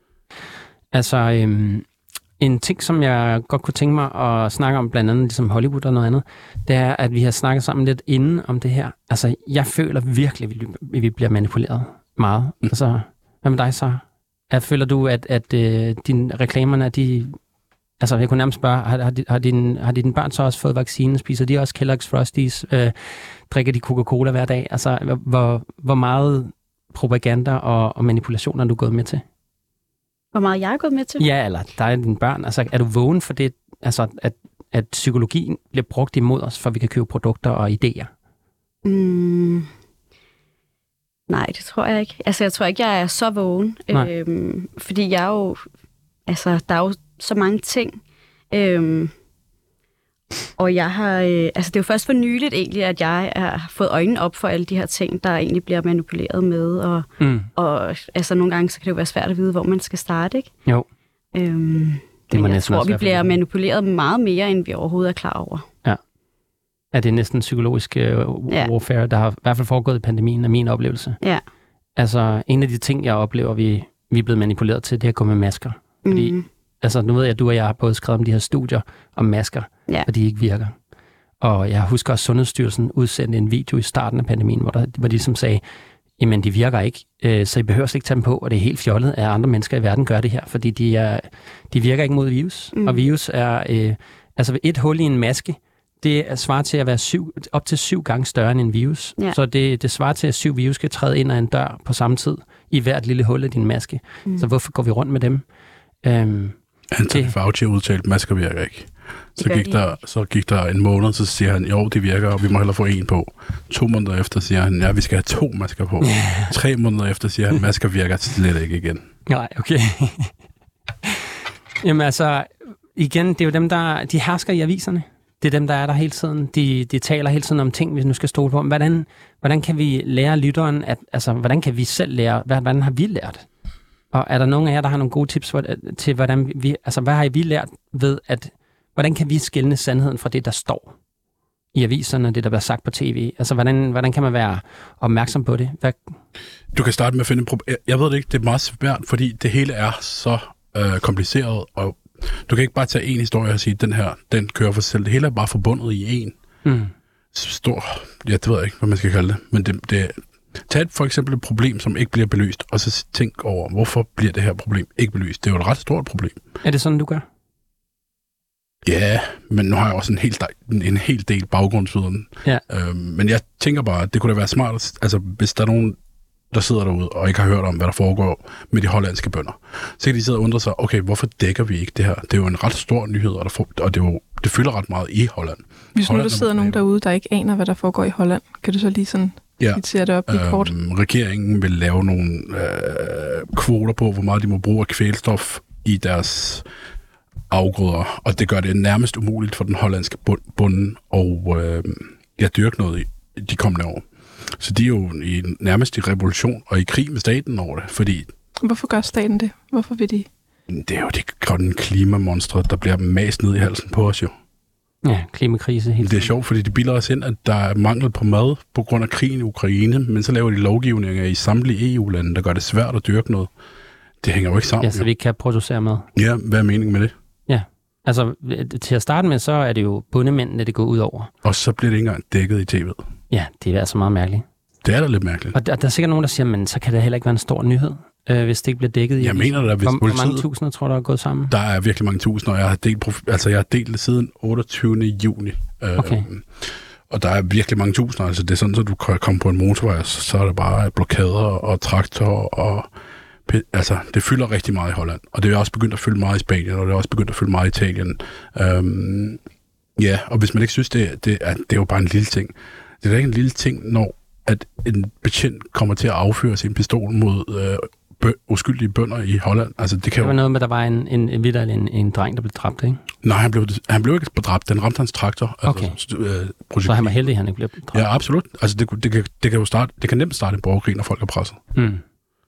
Altså, øhm, en ting, som jeg godt kunne tænke mig at snakke om, blandt andet ligesom Hollywood og noget andet, det er, at vi har snakket sammen lidt inden om det her. Altså, jeg føler virkelig, at vi bliver manipuleret meget. Mm. Altså, hvad med dig så? Jeg føler du, at, at øh, dine reklamerne, de... Altså, jeg kunne nærmest spørge, har, har, har, din, har dine børn så også fået vaccinen? Spiser de også Kellogg's Frosties? Øh, drikker de Coca-Cola hver dag? Altså, hvor, hvor meget propaganda og, og manipulation er du gået med til? Hvor meget jeg er gået med til? Ja, eller dig og dine børn. Altså, er du vågen for det, altså, at, at psykologien bliver brugt imod os, for vi kan købe produkter og idéer? Mm. Nej, det tror jeg ikke. Altså, jeg tror ikke, jeg er så vågen. Øhm, fordi jeg er jo... Altså, der er jo så mange ting. Øhm, og jeg har... Øh, altså, det er jo først for nyligt egentlig, at jeg har fået øjnene op for alle de her ting, der egentlig bliver manipuleret med. Og, mm. og altså, nogle gange så kan det jo være svært at vide, hvor man skal starte, ikke? Jo. Øhm, det men jeg tror, vi bliver manipuleret meget mere, end vi overhovedet er klar over. Ja. Er det næsten psykologisk uh, ja. warfare, der har i hvert fald foregået i pandemien, af min oplevelse? Ja. Altså, en af de ting, jeg oplever, vi, vi er blevet manipuleret til, det er at gå med masker. Fordi, mm. altså, nu ved jeg, at du og jeg har både skrevet om de her studier om masker, ja. Og de ikke virker. Og jeg husker også, at Sundhedsstyrelsen udsendte en video i starten af pandemien, hvor, der, hvor de som sagde, jamen de virker ikke, øh, så I behøver slet ikke tage dem på, og det er helt fjollet, at andre mennesker i verden gør det her, fordi de, er, de virker ikke mod virus. Mm. Og virus er, øh, altså et hul i en maske, det er svarer til at være syv, op til syv gange større end en virus. Ja. Så det, det svarer til, at syv virus kan træde ind ad en dør på samme tid, i hvert lille hul i din maske. Mm. Så hvorfor går vi rundt med dem? Øhm, Anthony Fauci udtalt, masker virker ikke. Så gik, der, så gik der en måned, så siger han, jo, det virker, og vi må hellere få en på. To måneder efter siger han, ja, vi skal have to masker på. Yeah. Tre måneder efter siger han, masker virker slet ikke igen. Nej, okay. Jamen altså, igen, det er jo dem, der de hersker i aviserne. Det er dem, der er der hele tiden. De, de taler hele tiden om ting, vi nu skal stole på. Hvordan, hvordan kan vi lære lytteren, at, altså, hvordan kan vi selv lære, hvordan har vi lært? Og er der nogen af jer, der har nogle gode tips for, til, hvordan vi, altså, hvad har vi lært ved, at, hvordan kan vi skelne sandheden fra det, der står i aviserne, det, der bliver sagt på tv? Altså, hvordan, hvordan kan man være opmærksom på det? Hvad... Du kan starte med at finde en problem. Jeg ved det ikke, det er meget svært, fordi det hele er så øh, kompliceret, og du kan ikke bare tage en historie og sige, den her, den kører for sig selv. Det hele er bare forbundet i en mm. stor, ja, det ved jeg ikke, hvad man skal kalde det, men det, det tag for eksempel et problem, som ikke bliver belyst, og så tænk over, hvorfor bliver det her problem ikke belyst? Det er jo et ret stort problem. Er det sådan, du gør? Ja, men nu har jeg også en hel, en, en hel del baggrundsviden. Ja. Øhm, men jeg tænker bare, at det kunne da være smart, altså hvis der er nogen, der sidder derude og ikke har hørt om, hvad der foregår med de hollandske bønder, så kan de sidde og undre sig, okay, hvorfor dækker vi ikke det her? Det er jo en ret stor nyhed, og, der får, og det, er jo, det fylder ret meget i Holland. Hvis Holland nu der sidder nogen derude, der ikke aner, hvad der foregår i Holland, kan du så lige sådan ja. Lige det op i øhm, kort? Regeringen vil lave nogle øh, kvoter på, hvor meget de må bruge af kvælstof i deres afgrøder, og det gør det nærmest umuligt for den hollandske bunden og øh, ja, dyrke noget i de kommende år. Så de er jo i, nærmest i revolution og i krig med staten over det, fordi... Hvorfor gør staten det? Hvorfor vil de? Det er jo de grønne klimamonstre, der bliver mast ned i halsen på os jo. Ja, klimakrise. Helt det er sjovt, fordi de bilder os ind, at der er mangel på mad på grund af krigen i Ukraine, men så laver de lovgivninger i samtlige E U-lande, der gør det svært at dyrke noget. Det hænger jo ikke sammen. Ja, så vi ikke kan producere mad. Ja, hvad er meningen med det? Ja, altså til at starte med, så er det jo bondemændene, det går ud over. Og så bliver det ikke engang dækket i tv'et. Ja, det er altså meget mærkeligt. Det er da lidt mærkeligt. Og der, der er sikkert nogen, der siger, men så kan det heller ikke være en stor nyhed, øh, hvis det ikke bliver dækket i. Jeg mener da, hvis hvor, politiet... Hvor mange tusinder tror du, der er gået sammen? Der er virkelig mange tusinder, og jeg har delt, prof... altså, jeg har delt det siden otteogtyvende juni. Okay. Øhm, og der er virkelig mange tusinder. Altså, det er sådan, at du kan komme på en motorvej, så er der bare blokader og traktorer og... Altså, det fylder rigtig meget i Holland, og det er også begyndt at fylde meget i Spanien, og det er også begyndt at fylde meget i Italien. Øhm, ja, og hvis man ikke synes, det, det, er, det er jo bare en lille ting. Det er da ikke en lille ting, når at en betjent kommer til at afføre sin pistol mod øh, bø- uskyldige bønder i Holland. Altså, det kan det var jo... noget med, der var en, en, en, en, en, en dreng, der blev dræbt, ikke? Nej, han blev, han blev ikke dræbt. Den ramte hans traktor. Okay. Altså, øh, så han var heldig, at han ikke blev dræbt? Ja, absolut. Altså, det, det, kan, det, kan jo starte, det kan nemt starte en borgerkrig, når folk er presset. Mm.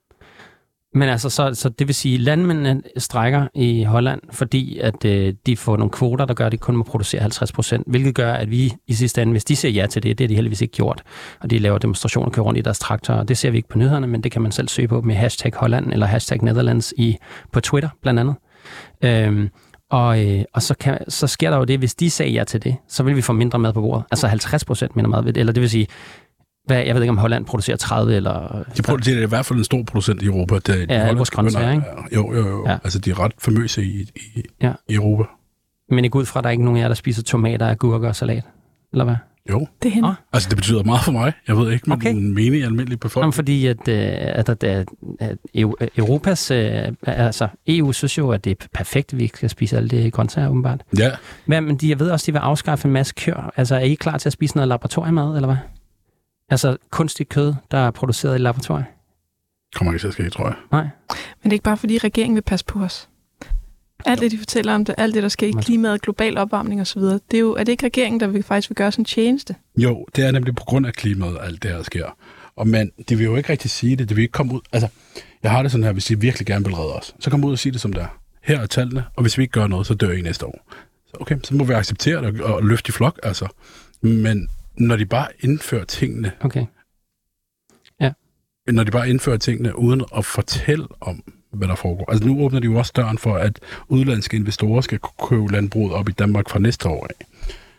Men altså, så, så det vil sige, at landmændene strækker i Holland, fordi at øh, de får nogle kvoter, der gør, at de kun må producere halvtreds procent, hvilket gør, at vi i sidste ende, hvis de siger ja til det, det er de heldigvis ikke gjort, og de laver demonstrationer og kører rundt i deres traktorer. Det ser vi ikke på nyhederne, men det kan man selv søge på med hashtag Holland eller hashtag Netherlands i, på Twitter blandt andet. Øhm, og øh, og så, kan, så sker der jo det, hvis de siger ja til det, så vil vi få mindre mad på bordet. Altså halvtreds procent mindre mad, eller det vil sige, hvad, jeg ved ikke, om Holland producerer tredive eller... De producerer i hvert fald en stor producent i Europa. Det, de ja, vores grøntsager, ikke? Jo, jo, jo. Ja. Altså, de er ret famøse i, i, ja. i Europa. Men ikke ud fra, at der er ikke nogen af jer, der spiser tomater, agurker og salat? Eller hvad? Jo. Det hænder. Ah. Altså, det betyder meget for mig. Jeg ved ikke, men okay. den mening almindelig befolkning. Jamen, fordi at, at, at, at, at Europas... Altså, E U synes jo, at det er perfekt, at vi ikke skal spise alle de grøntsager, åbenbart. Ja. Men, men de, jeg ved også, de vil afskaffe en masse køer. Altså, er I klar til at spise noget laboratoriemad, eller hvad? Altså kunstigt kød, der er produceret i laboratoriet? Kommer ikke til at ske, tror jeg. Nej. Men det er ikke bare, fordi regeringen vil passe på os. Alt det, de fortæller om det, alt det, der sker i klimaet, global opvarmning osv., det er jo, er det ikke regeringen, der vil, faktisk vil gøre sådan en tjeneste? Jo, det er nemlig på grund af klimaet, alt det her sker. Og men, de vil jo ikke rigtig sige det, de vil ikke komme ud... Altså, jeg har det sådan her, hvis de virkelig gerne vil redde os, så kom ud og sige det som det er. Her er tallene, og hvis vi ikke gør noget, så dør I næste år. Så okay, så må vi acceptere det og løfte i flok, altså. Men når de bare indfører tingene... Okay. Ja. Når de bare indfører tingene uden at fortælle om, hvad der foregår. Altså nu åbner de jo også døren for, at udlandske investorer skal købe landbruget op i Danmark fra næste år af.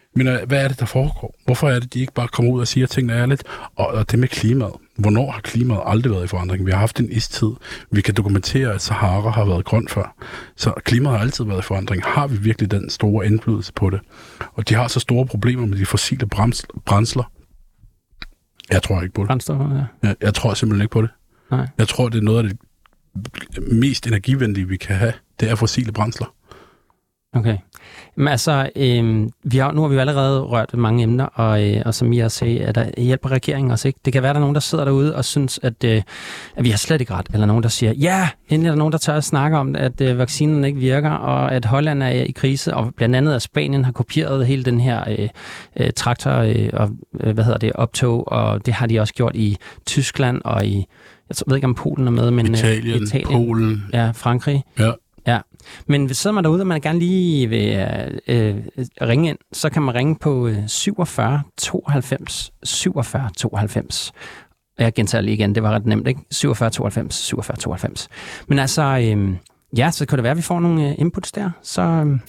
Men hvad er det, der foregår? Hvorfor er det, de ikke bare kommer ud og siger tingene ærligt? Og, og det med klimaet. Hvornår har klimaet aldrig været i forandring? Vi har haft en istid. Vi kan dokumentere, at Sahara har været grøn før. Så klimaet har altid været i forandring. Har vi virkelig den store indflydelse på det? Og de har så store problemer med de fossile brændsler. Jeg tror ikke på det. Brændstoffer, ja. Jeg, jeg tror simpelthen ikke på det. Nej. Jeg tror, det er noget af det mest energivenlige, vi kan have. Det er fossile brændsler. Okay. Men altså, øh, vi har, nu har vi jo allerede rørt mange emner, og, øh, og som Mia sagde, at der hjælper regeringen også, ikke? Det kan være, at der er nogen, der sidder derude og synes, at, øh, at vi har slet ikke ret, eller nogen, der siger, ja, endelig er der nogen, der tør at snakke om, at øh, vaccinen ikke virker, og at Holland er i krise, og blandt andet, at Spanien har kopieret hele den her øh, øh, traktor, øh, og øh, hvad hedder det, optog, og det har de også gjort i Tyskland, og i, jeg ved ikke, om Polen er med, men Italien, øh, Italien Polen. Ja, Frankrig. Ja. Ja, men sidder man derude, og man gerne lige vil øh, ringe ind, så kan man ringe på syvogfyrre tooghalvfems syvogfyrre tooghalvfems. Jeg gentager lige igen, det var ret nemt, ikke? syvogfyrre tooghalvfems syvogfyrre tooghalvfems. Men altså, øh, ja, så kan det være, at vi får nogle inputs der, så... Øh.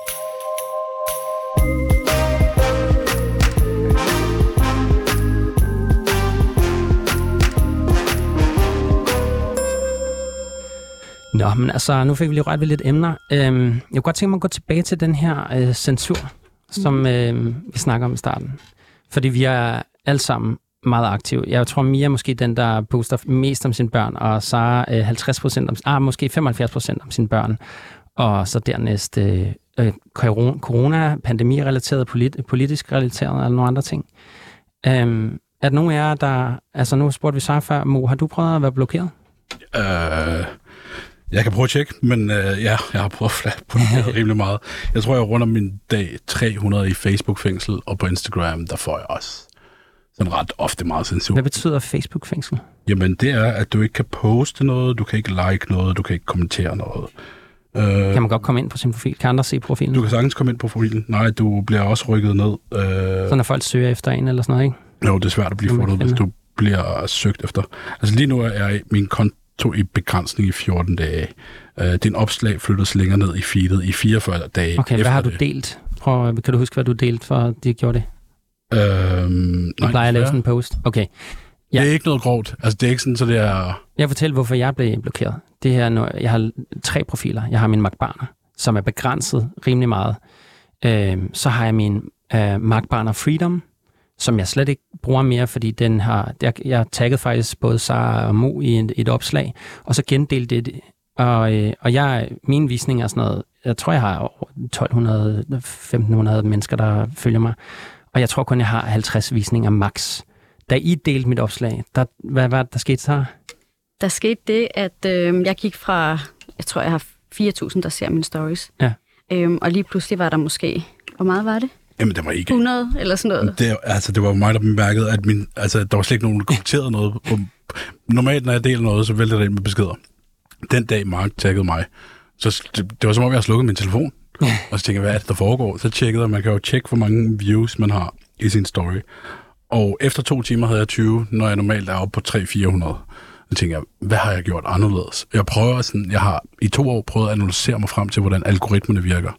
Nå, men altså, nu fik vi lige ret ved lidt emner. Øhm, jeg kunne godt tænke mig at gå tilbage til den her øh, censur, som øh, vi snakker om i starten. Fordi vi er alle sammen meget aktive. Jeg tror, Mia er måske den, der poster mest om sine børn, og Sara øh, halvtreds procent om, ah, måske femoghalvfjerds procent om sine børn. Og så dernæst øh, øh, corona, pandemi-relateret, polit- politisk relateret, eller nogle andre ting. Øhm, er der nogen af jer, der... Altså, nu spurgte vi Sara før, Mo, har du prøvet at være blokeret? Øh... Jeg kan prøve at tjekke, men øh, ja, jeg har prøvet at på det rimelig meget. Jeg tror, jeg runder min dag tre hundrede i Facebook-fængsel, og på Instagram, der får jeg også sådan ret ofte meget censur. Hvad betyder Facebook-fængsel? Jamen, det er, at du ikke kan poste noget, du kan ikke like noget, du kan ikke kommentere noget. Øh, kan man godt komme ind på sin profil? Kan andre se profilen? Du kan sagtens komme ind på profilen. Nej, du bliver også rykket ned. Øh, så når folk søger efter en eller sådan noget, ikke? Jo, det er svært at blive fundet, hvis du bliver søgt efter. Altså lige nu er jeg min konto i begrænsning i fjorten dage. Uh, din opslag flyttes længere ned i feedet i fireogfyrre dage. Okay, hvad har du delt? Prøv, kan du huske, hvad du delte, for de gjorde det? Øhm, du plejer at lave sådan en post? Okay. Ja. Det er ikke noget grovt. Altså, det er ikke sådan, så det er... Jeg fortæller, hvorfor jeg blev blokeret. Det her, når jeg har tre profiler. Jeg har min Magtbarner, som er begrænset rimelig meget. Øhm, så har jeg min øh, Magtbarner Freedom, som jeg slet ikke bruger mere, fordi den har, jeg, jeg tagget faktisk både Sara og Mo i et, et opslag, og så gendelte det. Og, øh, og jeg, mine visninger er sådan noget, jeg tror, jeg har over tolv hundrede til femten hundrede mennesker, der følger mig. Og jeg tror kun, jeg har halvtreds visninger max. Da I delte mit opslag, der, hvad var det, der skete så? Der skete det, at øh, jeg gik fra, jeg tror, jeg har fire tusind, der ser mine stories. Ja. Øhm, og lige pludselig var der måske, hvor meget var det? Jamen, det var ikke... hundrede eller sådan noget. Det, altså, det var mig, der bemærkede, at min, altså, der var slet ikke nogen, der kommenterede noget. Normalt, når jeg deler noget, så vælter det ind med beskeder. Den dag, Mark taggede mig, så det, det var som om, jeg havde slukket min telefon. Ja. Og så tænkte jeg, hvad er det, der foregår? Så tjekkede jeg, man kan jo tjekke, hvor mange views man har i sin story. Og efter to timer havde jeg tyve, når jeg normalt er oppe på tre til fire hundrede. Så tænkte jeg, hvad har jeg gjort anderledes? Jeg prøver sådan, jeg har i to år prøvet at analysere mig frem til, hvordan algoritmerne virker.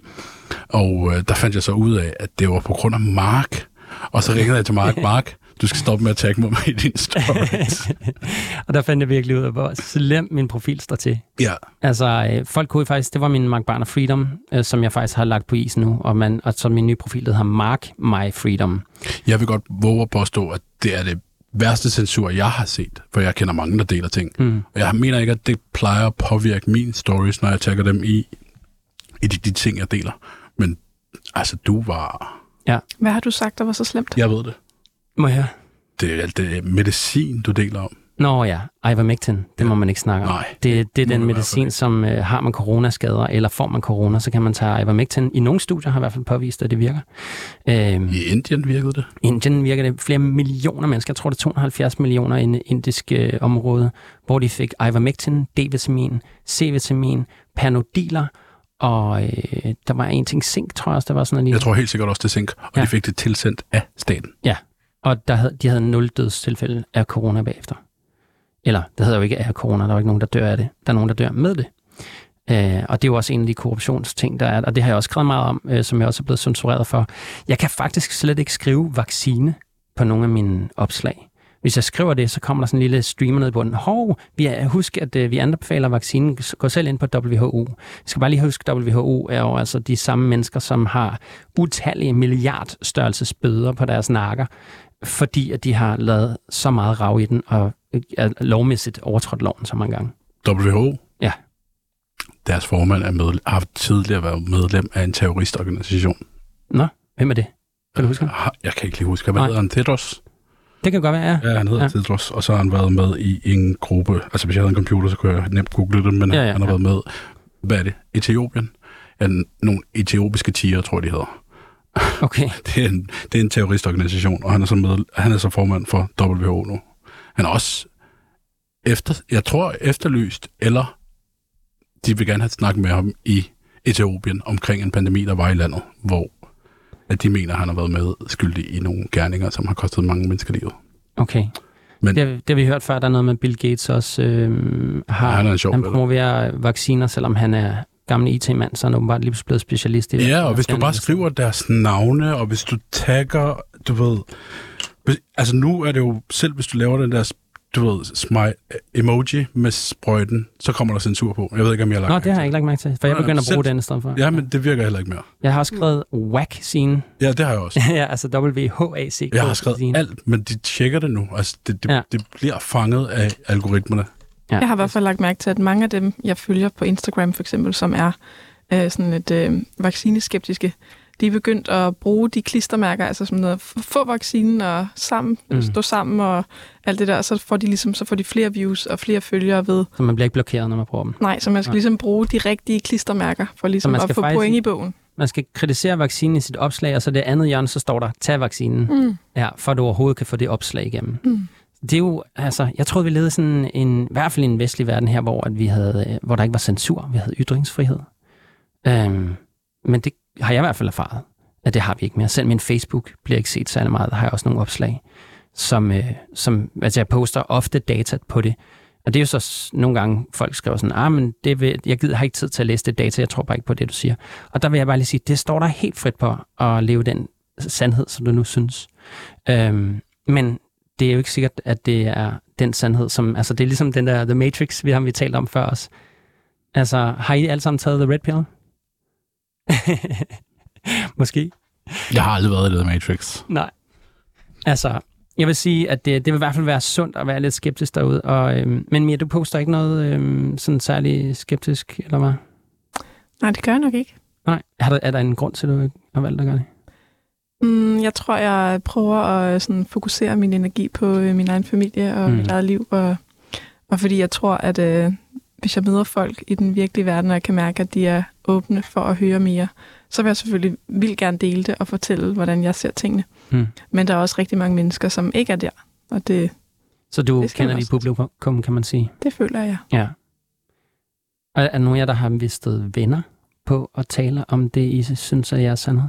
Og øh, der fandt jeg så ud af, at det var på grund af Mark. Og så ringede jeg til Mark. Mark, du skal stoppe med at tagge mig i din stories. Og der fandt jeg virkelig ud af, hvor slem min profil står til. Ja. Altså, øh, folk kunne faktisk, det var min Magtbarner Freedom, øh, som jeg faktisk har lagt på isen nu, og, man, og så min nye profil, der hedder Mark My Freedom. Jeg vil godt våge at påstå, at det er det værste censur, jeg har set, for jeg kender mange, der deler ting. Mm. Og jeg mener ikke, at det plejer at påvirke mine stories, når jeg tagger dem i, i de, de ting, jeg deler. Men altså, du var... Ja. Hvad har du sagt, der var så slemt? Jeg ved det. Må jeg? Det er alt det medicin, du deler om. Nå ja, Ivermectin, det ja. må man ikke snakke om. Nej, det, det er den medicin, som øh, har man coronaskader, eller får man corona, så kan man tage Ivermectin. I nogle studier har i hvert fald påvist, at det virker. Øhm, I Indien virkede det? I Indien virker det. Flere millioner mennesker, jeg tror det er to hundrede og halvfjerds millioner i en indisk øh, område, hvor de fik Ivermectin, D-vitamin, C-vitamin, Panodiler, og øh, der var en ting zink, tror jeg også, der var sådan noget. Jeg tror helt sikkert også, det zink, og ja. de fik det tilsendt af staten. Ja, og der havde, de havde nul dødstilfælde af corona bagefter. Eller, det hedder jo ikke af corona, der er jo ikke nogen, der dør af det. Der er nogen, der dør med det. Øh, og det er jo også en af de korruptionsting, der er, og det har jeg også skrevet meget om, øh, som jeg også er blevet censureret for. Jeg kan faktisk slet ikke skrive vaccine på nogle af mine opslag. Hvis jeg skriver det, så kommer der sådan en lille streamer ned i bunden. Hov, vi er, husk, at øh, vi anbefaler vaccinen. Gå selv ind på W H O. Jeg skal bare lige huske, at W H O er jo altså de samme mennesker, som har utallige milliardstørrelsesbøder på deres nakker, fordi at de har lavet så meget rav i den, og er lovmæssigt overtrådt loven så mange gange. W H O? Ja. Deres formand er medlem, har tidligere været medlem af en terroristorganisation. Nå, hvem er det? Kan du huske ham? Jeg kan ikke lige huske. Hvad hedder han? Tedros? Det kan godt være, ja. Ja, han hedder ja. Tedros, og så har han været med i en gruppe. Altså, hvis jeg havde en computer, så kunne jeg nemt google det, men ja, ja, han har ja. været med. Hvad er det? Etiopien? Ja, nogle etiopiske tiger, tror jeg, de hedder. Okay. det, er en, det er en terroristorganisation, og han er så, med, han er så formand for W H O nu. Han er også efter, jeg tror, efterlyst, eller de vil gerne have snakket med ham i Etiopien omkring en pandemi, der var i landet, hvor at de mener, at han har været med skyldig i nogle gerninger, som har kostet mange mennesker livet. Okay. Men det, har, det har vi hørt før, der er noget med Bill Gates også øh, har. Ja, han, er sjov, han promoverer eller? vacciner, selvom han er gammel I T-mand, så er han åbenbart lige blevet specialist i det. Ja, og hvis du bare skriver deres navne, og hvis du tagger, du ved... Hvis, altså nu er det jo, selv hvis du laver den der, du ved, smile, emoji med sprøjten, så kommer der censur på. Jeg ved ikke, om jeg har lagt Nå, det har jeg ikke lagt mærke til, for jeg begynder at bruge selv, den i stedet for. Ja, men det virker heller ikke mere. Jeg har også skrevet vaccine. Ja, det har jeg også. Ja, altså W H A C. Jeg har skrevet alt, men de tjekker det nu. Altså, det, det, ja. det bliver fanget af algoritmerne. Ja. Jeg har i hvert fald lagt mærke til, at mange af dem, jeg følger på Instagram for eksempel, som er øh, sådan lidt øh, vaccineskeptiske, de er begyndt at bruge de klistermærker, altså som noget, få vaccinen og sammen, mm. stå sammen og alt det der, og så får de ligesom, så får de flere views og flere følgere ved. Så man bliver ikke blokeret, når man bruger dem? Nej, så man skal ja. ligesom bruge de rigtige klistermærker, for ligesom at få point i bogen. Man skal kritisere vaccinen i sit opslag, og så det andet hjørne, så står der, tag vaccinen, mm. ja, for at du overhovedet kan få det opslag igennem. Mm. Det er jo, altså, jeg troede, vi levede sådan en, i hvert fald i en vestlig verden her, hvor, at vi havde, hvor der ikke var censur, vi havde ytringsfrihed. Øhm, men det har jeg i hvert fald erfaret, at det har vi ikke mere. Selv min Facebook bliver ikke set særlig meget. Der har jeg også nogle opslag, som, øh, som altså jeg poster ofte data på det. Og det er jo så nogle gange, folk skriver sådan, ah, men det vil, jeg gider, har ikke tid til at læse det data, jeg tror bare ikke på det, du siger. Og der vil jeg bare lige sige, det står der helt frit på at leve den sandhed, som du nu synes. Øhm, men det er jo ikke sikkert, at det er den sandhed, som, altså det er ligesom den der The Matrix, vi har vi talt om før os. Altså, har I alle sammen taget The Red Pill? Måske. Jeg har aldrig været i The Matrix. Nej. Altså, jeg vil sige, at det, det vil i hvert fald være sundt at være lidt skeptisk derude. Og, øhm, men Mia, du poster ikke noget øhm, sådan særlig skeptisk, eller hvad? Nej, det gør jeg nok ikke. Nej. Er der, er der en grund til, at du ikke har valgt at gøre det? Mm, jeg tror, jeg prøver at sådan, fokusere min energi på øh, min egen familie og mm. mit eget liv. Og, og fordi jeg tror, at øh, hvis jeg møder folk i den virkelige verden, og jeg kan mærke, at de er åbne for at høre mere, så vil jeg selvfølgelig vil gerne dele det og fortælle, hvordan jeg ser tingene. Mm. Men der er også rigtig mange mennesker, som ikke er der. Og det, så du det kender dit publikum, kan man sige? Det føler jeg. Ja. Og er der nogen af jer, der har mistet venner på at tale om det, I synes er jeres sandhed?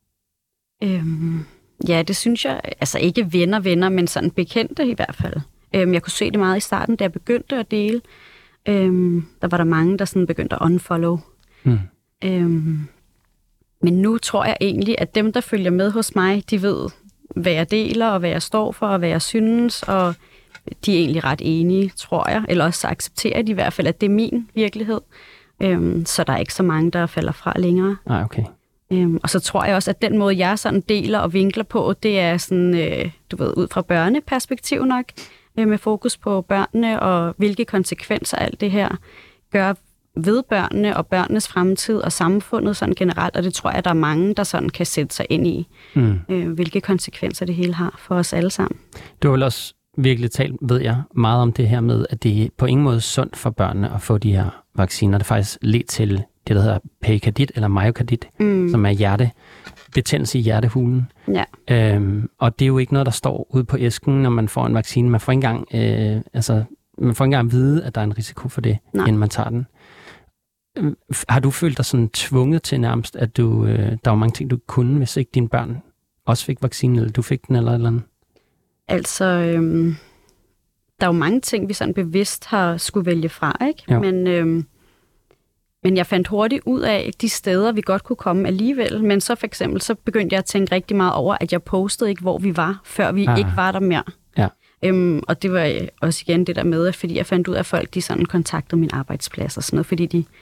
Øhm, ja, det synes jeg. Altså ikke venner, venner, men sådan bekendte i hvert fald. Øhm, jeg kunne se det meget i starten, da jeg begyndte at dele. Øhm, der var der mange, der sådan begyndte at unfollow. Mm. Øhm, men nu tror jeg egentlig, at dem, der følger med hos mig, de ved, hvad jeg deler, og hvad jeg står for, og hvad jeg synes, og de er egentlig ret enige, tror jeg. Eller også så accepterer de i hvert fald, at det er min virkelighed. Øhm, så der er ikke så mange, der falder fra længere. Nej, okay. Øhm, og så tror jeg også, at den måde, jeg sådan deler og vinkler på, det er sådan, øh, du ved, ud fra børneperspektiv nok, øh, med fokus på børnene, og hvilke konsekvenser alt det her gør ved børnene og børnenes fremtid og samfundet sådan generelt, og det tror jeg, der er mange, der sådan kan sætte sig ind i, mm. øh, hvilke konsekvenser det hele har for os alle sammen. Du har vel også virkelig talt, ved jeg, meget om det her med, at det er på ingen måde sundt for børnene at få de her vacciner. Det er faktisk ledt til det, der hedder perikardit eller myokardit, mm. som er hjertebetændelse i hjertehulen. Ja. Øhm, og det er jo ikke noget, der står ude på æsken, når man får en vaccine. Man får ikke engang, øh, altså, man får ikke engang at vide, at der er en risiko for det, Nej. inden man tager den. Har du følt dig sådan tvunget til nærmest, at du, øh, der var mange ting, du kunne, hvis ikke dine børn også fik vaccinen, eller du fik den, eller eller andet? Altså, øhm, der er jo mange ting, vi sådan bevidst har skulle vælge fra, ikke? Jo. Men øhm, Men jeg fandt hurtigt ud af de steder, vi godt kunne komme alligevel. Men så for eksempel, så begyndte jeg at tænke rigtig meget over, at jeg postede ikke, hvor vi var, før vi ah. ikke var der mere. Ja. Øhm, og det var også igen det der med, at fordi jeg fandt ud af, at folk de sådan kontaktede min arbejdsplads og sådan noget, fordi de...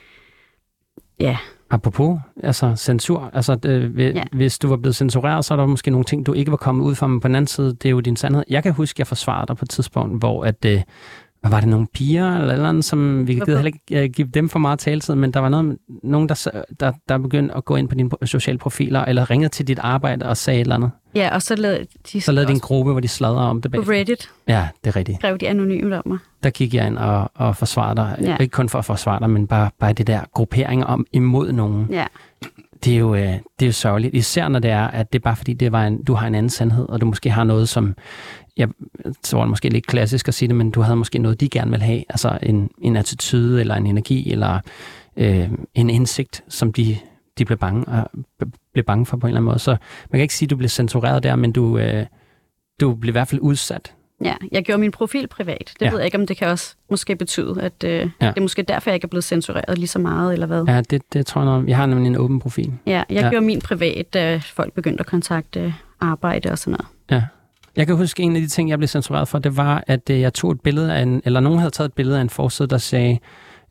Ja. Apropos, altså censur, altså det, ja. hvis du var blevet censureret, så er der måske nogle ting, du ikke var kommet ud fra, men på den anden side, det er jo din sandhed. Jeg kan huske, at jeg forsvarede dig på et tidspunkt, hvor at... Øh, var det nogle piger eller eller andet, som vi gider heller ikke give dem for meget taletid, men der var noget, nogen, der, der, der begyndte at gå ind på dine sociale profiler, eller ringede til dit arbejde og sagde et eller andet. Ja, og så lavede de... Så lavede de en gruppe, hvor de sladrede om det bagefter. På Reddit. Ja, det er rigtigt. Skrev de anonymt om mig. Der gik jeg ind og, og forsvarede dig. Ja. Ikke kun for at forsvare dig, men bare, bare det der grupperinger om imod nogen. Ja. Det er jo, det er jo sørgeligt. Især når det er, at det er bare fordi, det var en, du har en anden sandhed, og du måske har noget, som... Jeg tror det måske lidt klassisk at sige det, men du havde måske noget, de gerne vil have. Altså en, en attitude, eller en energi, eller øh, en indsigt, som de, de blev, bange, blev bange for på en eller anden måde. Så man kan ikke sige, at du blev censureret der, men du, øh, du blev i hvert fald udsat. Ja, jeg gjorde min profil privat. Det ja. ved jeg ikke, om det kan også måske betyde, at øh, ja. det er måske derfor, jeg ikke er blevet censureret lige så meget, eller hvad? Ja, det, det tror jeg nok. Jeg har nemlig en åben profil. Ja, jeg ja. gjorde min privat, da folk begyndte at kontakte arbejde og sådan noget. Ja. Jeg kan huske, en af de ting, jeg blev censureret for, det var, at jeg tog et billede af en, eller nogen havde taget et billede af en forside, der sagde,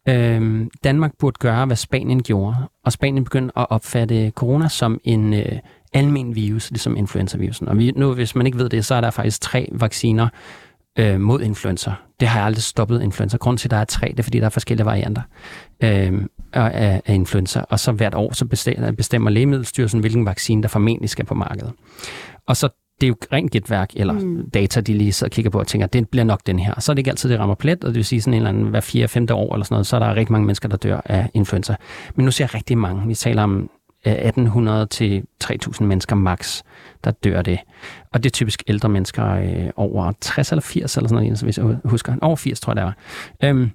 øh, Danmark burde gøre, hvad Spanien gjorde. Og Spanien begyndte at opfatte corona som en øh, almen virus, ligesom influenza-virusen. Og vi, nu, hvis man ikke ved det, så er der faktisk tre vacciner øh, mod influenza. Det har jeg aldrig stoppet influenza. Grunden til, at der er tre, det er, fordi der er forskellige varianter øh, af, af influenza. Og så hvert år så bestemmer, bestemmer Lægemiddelstyrelsen, hvilken vaccine, der formentlig skal på markedet. Og så det er jo rent gætværk, eller mm. data, de lige sidder og kigger på og tænker, at det bliver nok den her. Og så er det ikke altid, det rammer plet, og det vil sige sådan en eller anden hver fjerde, femte år eller sådan noget, så er der rigtig mange mennesker, der dør af influenza. Men nu ser jeg rigtig mange. Vi taler om atten hundrede til tre tusind mennesker max, der dør det. Og det er typisk ældre mennesker øh, over tres eller firs eller sådan noget, hvis jeg husker. Over firs, tror jeg, det var. Øhm,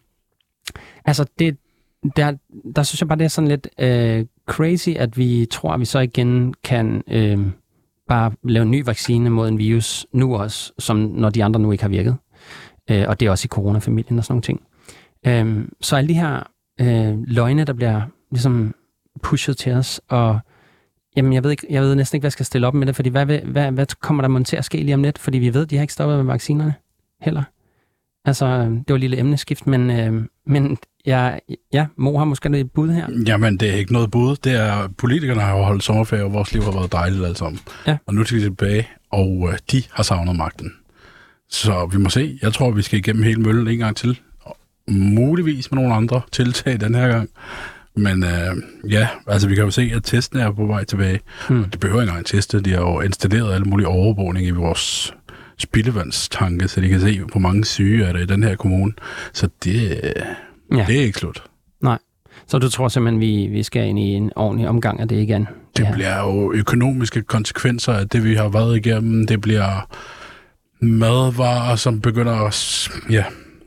altså, det, der, der synes jeg bare, det er sådan lidt øh, crazy, at vi tror, at vi så igen kan... Øh, bare lave en ny vaccine mod en virus nu også, som når de andre nu ikke har virket. Øh, og det er også i coronafamilien og sådan nogle ting. Øh, så alle de her øh, løgne, der bliver ligesom pushet til os, og jamen, jeg ved, ikke, jeg ved næsten ikke, hvad jeg skal stille op med det, fordi hvad, hvad, hvad kommer der mon til at ske lige om lidt? Fordi vi ved, de har ikke stoppet med vaccinerne heller. Altså, det var et lille emneskift, men, øh, men ja, ja, Mo har måske noget bud her. Jamen, det er ikke noget bud. Det er, politikerne har jo holdt sommerferie, og vores liv har været dejligt alt sammen. Ja. Og nu skal vi tilbage, og øh, de har savnet magten. Så vi må se. Jeg tror, vi skal igennem hele møllen en gang til. Muligvis med nogle andre tiltag den her gang. Men øh, ja, altså vi kan jo se, at testen er på vej tilbage. Hmm. Det behøver ikke engang teste. De har jo installeret alle mulige overvågning i vores spildevandstanke, så de kan se, hvor mange syge er der i den her kommune. Så det, ja. det er ikke slut. Nej. Så du tror simpelthen, vi, vi skal ind i en ordentlig omgang af det igen? Det, det bliver jo økonomiske konsekvenser af det, vi har været igennem. Det bliver madvarer, som begynder at... Ja.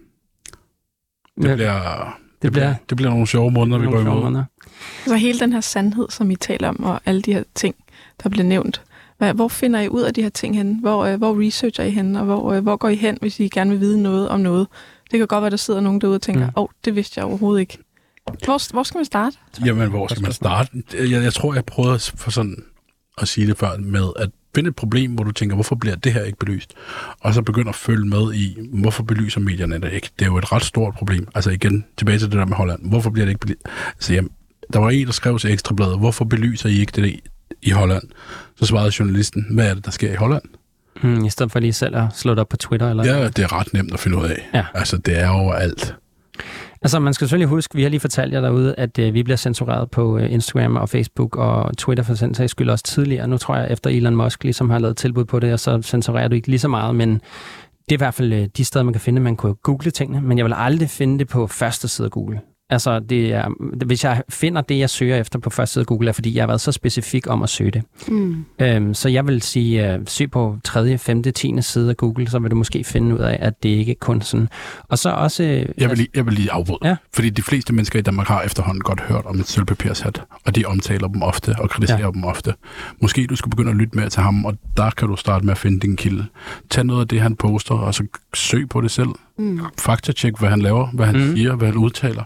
Det ja. bliver... Det bliver, det bliver nogle sjove måneder, vi går imod. Så hele den her sandhed, som I taler om, og alle de her ting, der bliver nævnt, hvor finder I ud af de her ting henne? Hvor, hvor researcher I henne, og hvor, hvor går I hen, hvis I gerne vil vide noget om noget? Det kan godt være, der sidder nogen derude og tænker, åh, ja. oh, det vidste jeg overhovedet ikke. Hvor, hvor skal man starte? Jamen, hvor skal man starte? Jeg, jeg tror, jeg prøvede for sådan at sige det før med at finde et problem, hvor du tænker, hvorfor bliver det her ikke belyst? Og så begynder at følge med i, hvorfor belyser medierne det ikke? Det er jo et ret stort problem. Altså igen, tilbage til det der med Holland. Hvorfor bliver det ikke belyst? Altså, jamen, der var en, der skrev til Ekstrabladet, hvorfor belyser I ikke det i, i Holland? Så svarede journalisten, hvad er det, der sker i Holland? Hmm, I stedet for lige selv at slå det op på Twitter? Eller? Ja, det er ret nemt at finde ud af. Ja. Altså, det er overalt. Altså, man skal selvfølgelig huske, vi har lige fortalt jer derude, at øh, vi bliver censureret på øh, Instagram og Facebook og Twitter for den sags skyld også tidligere. Nu tror jeg, efter Elon Musk ligesom har lavet tilbud på det, og så censurerer du ikke lige så meget, men det er i hvert fald øh, de steder, man kan finde, man kan google tingene, men jeg vil aldrig finde det på første side af Google. Altså, det er, hvis jeg finder det, jeg søger efter på første side af Google, er fordi jeg har været så specifik om at søge det. Mm. Øhm, så jeg vil sige, uh, søg på tredje, femte, tiende side af Google, så vil du måske finde ud af, at det ikke kun sådan. Og så også... Uh, jeg, vil lige, jeg vil lige afbryde, ja. Fordi de fleste mennesker i Danmark har efterhånden godt hørt om et sølvpapirshat, og de omtaler dem ofte og kritiserer ja. dem ofte. Måske du skal begynde at lytte mere til ham, og der kan du starte med at finde din kilde. Tag noget af det, han poster, og så søg på det selv. Mm. Faktatjek, hvad han laver, hvad han mm. siger, hvad han udtaler.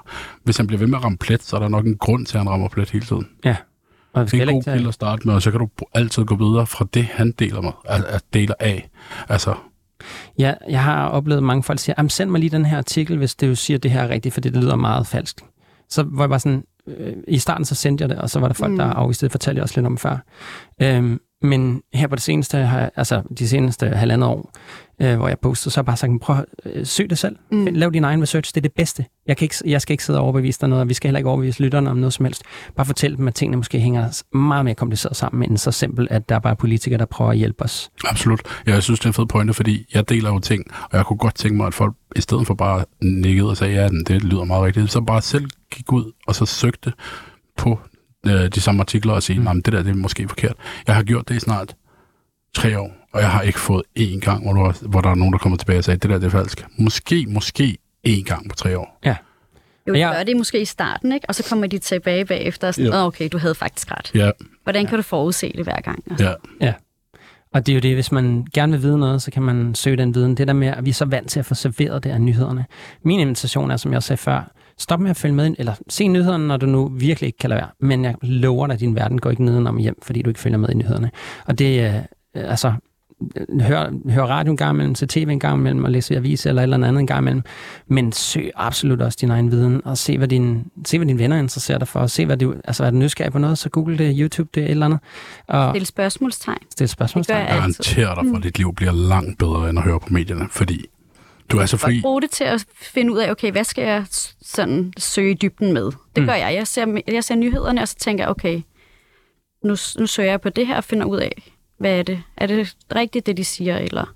hvis han bliver ved med at ramme plet, så er der nok en grund til, at han rammer plet hele tiden. Ja. Og det er en god kilde at starte med, og så kan du altid gå videre fra det, han deler, med, at deler af. Altså... Ja, jeg har oplevet mange folk sige, send mig lige den her artikel, hvis det jo siger, at det her er rigtigt, for det lyder meget falsk. Så var jeg bare sådan, øh, i starten så sendte jeg det, og så var der folk, mm. der afviste det, fortalte jeg også lidt om før. Øhm, men her på det seneste, altså de seneste halvandet år, øh, hvor jeg postede, så har jeg bare sagt, prøv at øh, søg det selv. Mm. Lav din egen research, det er det bedste. Jeg, kan ikke, jeg skal ikke sidde og overbevise dig noget, og vi skal heller ikke overbevise lytterne om noget som helst. Bare fortæl dem, at tingene måske hænger meget mere kompliceret sammen, end så simpelt, at der er bare politikere, der prøver at hjælpe os. Absolut. Ja, jeg synes, det er en fed pointe, fordi jeg deler jo ting, og jeg kunne godt tænke mig, at folk i stedet for bare nikkede og sagde, ja, det lyder meget rigtigt, så bare selv gik ud og så søgte på øh, de samme artikler og sige, nej, mm. det der det er måske forkert. Jeg har gjort det i snart tre år, og jeg har ikke fået én gang, hvor, du, hvor der er nogen, der kommer tilbage og siger, det der det er falsk. Måske, måske én gang på tre år. Ja. Jo, det gør det måske i starten, ikke? Og så kommer de tilbage bagefter og sådan, ja. okay, du havde faktisk ret. Ja. Hvordan kan du forudse det hver gang? Ja. Ja. Og det er jo det, hvis man gerne vil vide noget, så kan man søge den viden. Det der med, at vi er så vant til at få serveret det af nyhederne. Min invitation er, som jeg sagde før, stop med at følge med, eller se nyhederne, når du nu virkelig ikke kan lade være. Men jeg lover dig, at din verden går ikke nedenom hjem, fordi du ikke følger med i nyhederne. Og det er, øh, altså, hør, hør radio en gang imellem, se tv en gang imellem, og læse avis eller et eller andet en gang imellem. Men søg absolut også din egen viden, og se, hvad, din, se, hvad dine venner interesserer dig for, og se, hvad du, altså, er du nysgerrig på noget, så google det, YouTube det, et eller andet. Og Stil spørgsmålstegn. Stil spørgsmålstegn. Jeg garanterer dig for, at dit liv bliver langt bedre, end at høre på medierne, fordi du er så fri. Jeg bruger det til at finde ud af, okay, hvad skal jeg sådan søge i dybden med? Det mm. gør jeg. Jeg ser, jeg ser nyhederne, og så tænker jeg, okay, nu, nu søger jeg på det her og finder ud af, hvad er det? Er det rigtigt, det de siger, eller...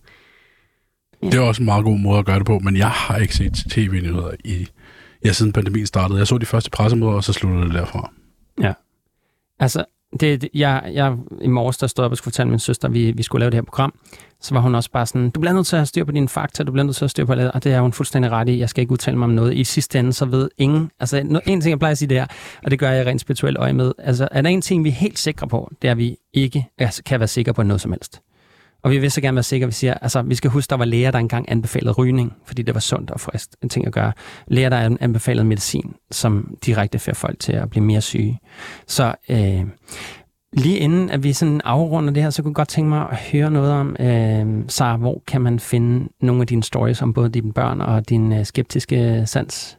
Ja. Det er også en meget god måde at gøre det på, men jeg har ikke set tv-nyheder i... Ja, siden pandemien startede. Jeg så de første pressemøder, og så sluttede det derfra. Ja. Altså, det, det, jeg, jeg, i morges, der stod op og skulle fortælle min søster, at vi, vi skulle lave det her program. Så var hun også bare sådan, du bliver nødt til at have styr på dine fakta, du bliver nødt til at have styr på det, og det er hun fuldstændig ret i. Jeg skal ikke udtale mig om noget. I sidste ende, så ved ingen... Altså, en ting, jeg plejer at sige, det er, og det gør jeg rent spirituelt øje med, altså, er der en ting, vi er helt sikre på, det er, at vi ikke altså, kan være sikre på noget som helst. Og vi vil så gerne være sikre, vi siger, altså, vi skal huske, der var læger, der engang anbefalede rygning, fordi det var sundt og frisk, en ting at gøre. Læger, der anbefalede medicin, som direkte fører folk til at blive mere syge. Så... Øh, Lige inden at vi sådan afrunder det her, så kunne jeg godt tænke mig at høre noget om, øh, Sara, hvor kan man finde nogle af dine stories om både dine børn og din øh, skeptiske sans?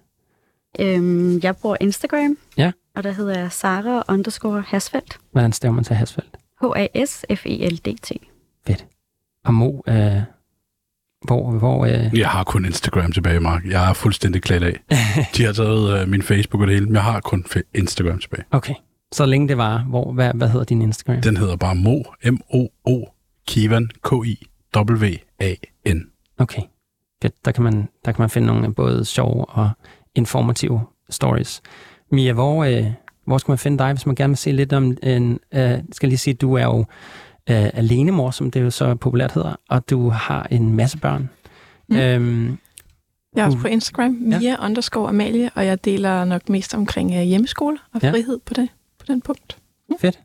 Øhm, jeg bruger Instagram, ja. og der hedder jeg Sara underscore Hasfeldt. Hvordan staver man til Hasfeldt? H A S F E L D T. Fedt. Og Mo, øh, hvor... hvor øh... Jeg har kun Instagram tilbage, Mark. Jeg er fuldstændig klædt af. De har taget øh, min Facebook og det hele, men jeg har kun Instagram tilbage. Okay. Så længe det var, hvor, hvad, hvad hedder din Instagram? Den hedder bare Mo, M O O, Kivan, K I W A N. Okay, fedt. Der kan man, der kan man finde nogle både sjove og informative stories. Mia, hvor, øh, hvor skal man finde dig, hvis man gerne vil se lidt om en... Øh, skal lige sige, du er jo øh, alenemor, som det jo så populært hedder, og du har en masse børn. Mm. Øhm, jeg er også på Instagram, Mia ja. underscore Amalie, og jeg deler nok mest omkring uh, hjemmeskole og frihed ja. på det. på den punkt. Mm. Fedt.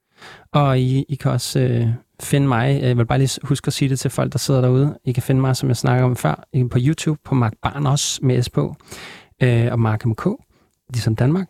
Og I, I kan også øh, finde mig, jeg vil bare lige huske at sige det til folk, der sidder derude. I kan finde mig, som jeg snakker om før, på YouTube, på Mark Barners med S på, øh, og Mark M K, ligesom Danmark.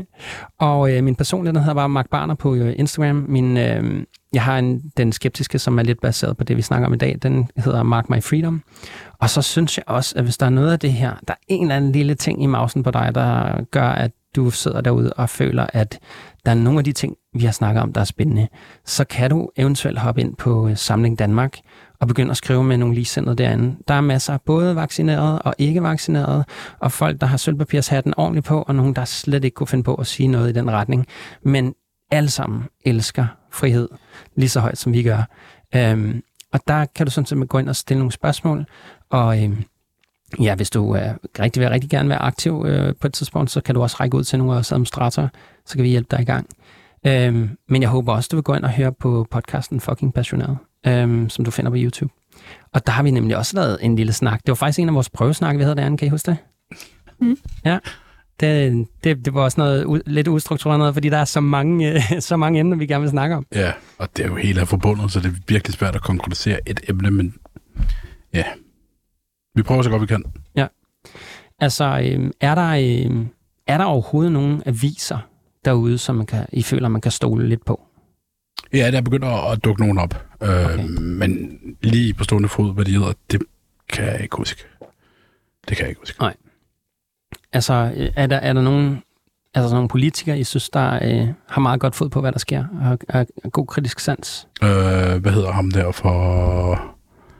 og øh, min personlighed hedder bare Mark Barner på øh, Instagram. Min, øh, jeg har en, den skeptiske, som er lidt baseret på det, vi snakker om i dag. Den hedder Mark My Freedom. Og så synes jeg også, at hvis der er noget af det her, der er en eller anden lille ting i mausen på dig, der gør, at du sidder derude og føler, at der er nogle af de ting, vi har snakket om, der er spændende, så kan du eventuelt hoppe ind på Samling Danmark og begynde at skrive med nogle ligesindede derinde. Der er masser af både vaccinerede og ikke vaccinerede, og folk, der har sølvpapirshatten ordentligt på, og nogen, der slet ikke kunne finde på at sige noget i den retning. Men alle sammen elsker frihed lige så højt, som vi gør. Øhm, og der kan du sådan simpelthen gå ind og stille nogle spørgsmål, og øhm, ja, hvis du øh, rigtig vil rigtig gerne være aktiv øh, på et tidspunkt, så kan du også række ud til nogle af os administratorer, så kan vi hjælpe dig i gang. Øhm, men jeg håber også, du vil gå ind og høre på podcasten Fucking Passioneret, øhm, som du finder på YouTube. Og der har vi nemlig også lavet en lille snak. Det var faktisk en af vores prøvesnakke, vi havde derinde. Kan I huske det? Mm. Ja. Det, det, det var også noget u- lidt ustruktureret noget, fordi der er så mange, øh, så mange emner, vi gerne vil snakke om. Ja, og det er jo helt af forbundet, så det er virkelig svært at konkretisere et emne, men ja... Vi prøver så godt, vi kan. Ja. Altså, øh, er der... Øh, er der overhovedet nogle aviser derude, som man kan, I føler, man kan stole lidt på? Ja, der er begyndt at, at dukke nogen op. Okay. Øh, men lige på stående fod, hvad de hedder, det kan jeg ikke huske. Det kan jeg ikke huske. Nej. Altså, er der, er der nogen, altså nogle politikere, I synes, der øh, har meget godt fod på, hvad der sker, og har god kritisk sans? Øh, hvad hedder ham der for...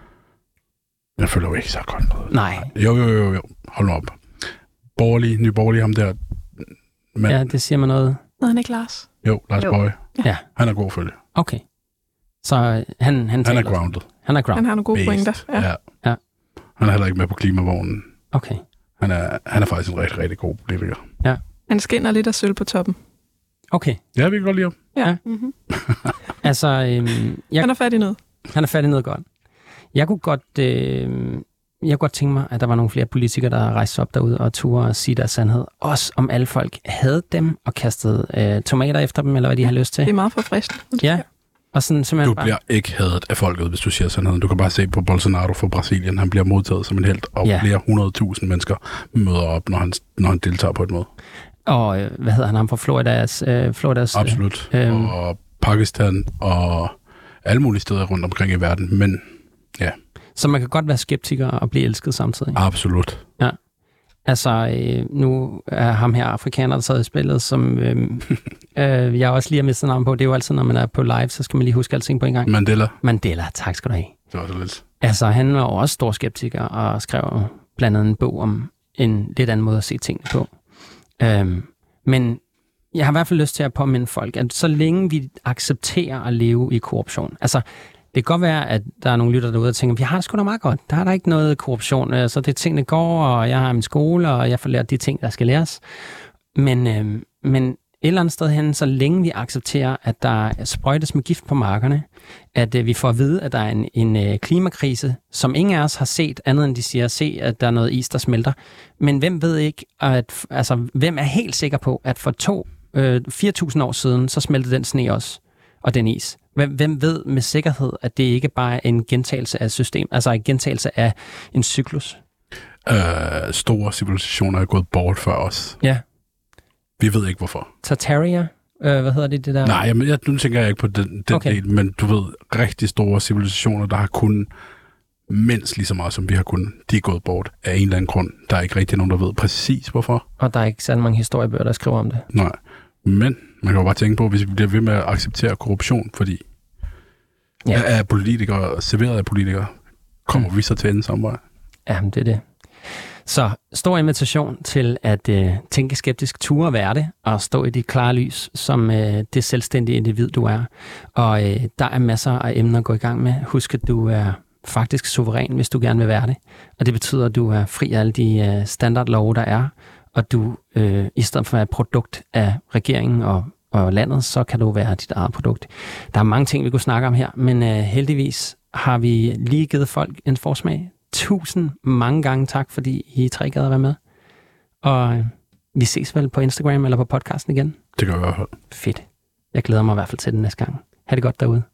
Jeg føler jo ikke så godt noget. Nej. Jo, jo, jo, jo. Hold nu op. Borgerlig, ny borgerlig, ham der. Men... Ja, det siger man noget. Nå, han er ikke Lars. Jo, Lars Bøje. Ja. Han er god følge. Okay. Så han... Han, han er grounded. Han er grounded. Han har nogle gode pointer. Ja. Ja. ja. Han er heller ikke med på klimavognen. Okay. Han er, han er faktisk en rigtig, rigtig god politiker. Ja. Han skinner lidt af sølv på toppen. Okay. Ja, vi kan godt lide ham. Ja. ja. Mm-hmm. altså, øhm, jeg, han er fat i noget. Han er fat i noget godt. Jeg kunne godt, øh, jeg kunne godt tænke mig, at der var nogle flere politikere, der rejste op derude og turde og sige deres sandhed. Også om alle folk havde dem og kastede øh, tomater efter dem, eller hvad de har lyst til. Det er meget forfriskende. Ja. Og sådan, du bliver bare... ikke hadet af folket, hvis du siger sandheden. Du kan bare se på Bolsonaro fra Brasilien. Han bliver modtaget som en helt, og ja. flere hundrede tusind mennesker møder op, når han, når han deltager på et møde. Og øh, hvad hedder han ham fra Floridas? Øh, Floridas Absolut. Øh, og Pakistan og alle mulige steder rundt omkring i verden. Men ja. Så man kan godt være skeptiker og blive elsket samtidig? Absolut. Ja. Altså, øh, nu er ham her afrikaner, der sad i spillet, som øh, øh, jeg også lige har mistet navn på. Det er jo altid, når man er på live, så skal man lige huske alting på en gang. Mandela. Mandela, tak skal du have. Det var så lidt. Altså, han var jo også stor skeptiker og skrev blandt andet en bog om en lidt anden måde at se tingene på. Øhm, men jeg har i hvert fald lyst til at påminde folk, at så længe vi accepterer at leve i korruption, altså det kan godt være, at der er nogle lytter derude, der tænker, vi har det sgu da meget godt. Der er der ikke noget korruption. Altså, det tingene går, og jeg har min skole, og jeg får lært de ting, der skal læres. Men, øh, men et eller andet sted hen, så længe vi accepterer, at der sprøjtes med gift på markerne, at øh, vi får at vide, at der er en, en øh, klimakrise, som ingen af os har set, andet end de siger, se, at der er noget is, der smelter. Men hvem ved ikke, at, altså, hvem er helt sikker på, at for to, øh, fire tusind år siden, så smeltede den sne også, og den is. Hvem, hvem ved med sikkerhed, at det ikke bare er en gentagelse af system, altså en gentagelse af en cyklus? Øh, store civilisationer er gået bort før os. Ja. Vi ved ikke hvorfor. Tartaria? Øh, hvad hedder det, det der? Nej, men jeg, nu tænker jeg ikke på den, den okay. del, men du ved, rigtig store civilisationer, der har kun mindst lige så meget, som vi har kunnet, de er gået bort af en eller anden grund. Der er ikke rigtig nogen, der ved præcis hvorfor. Og der er ikke særlig mange historiebøger, der skriver om det. Nej, men man kan jo bare tænke på, hvis vi bliver ved med at acceptere korruption, fordi ja. er politikere, serveret af politikere, kommer mm. vi så til enden samme vej. Jamen, det er det. Så stor invitation til at øh, tænke skeptisk, ture være det, og stå i dit klare lys, som øh, det selvstændige individ, du er. Og øh, der er masser af emner at gå i gang med. Husk, at du er faktisk suveræn, hvis du gerne vil være det. Og det betyder, at du er fri af alle de øh, standardlove, der er, og du øh, i stedet for at være et produkt af regeringen og, og landet, så kan du være dit eget produkt. Der er mange ting, vi kunne snakke om her, men øh, heldigvis har vi lige givet folk en forsmag. Tusind mange gange tak, fordi I tre gad at være med. Og øh, vi ses vel på Instagram eller på podcasten igen? Det gør vi i hvert fald. Fedt. Jeg glæder mig i hvert fald til den næste gang. Ha' det godt derude.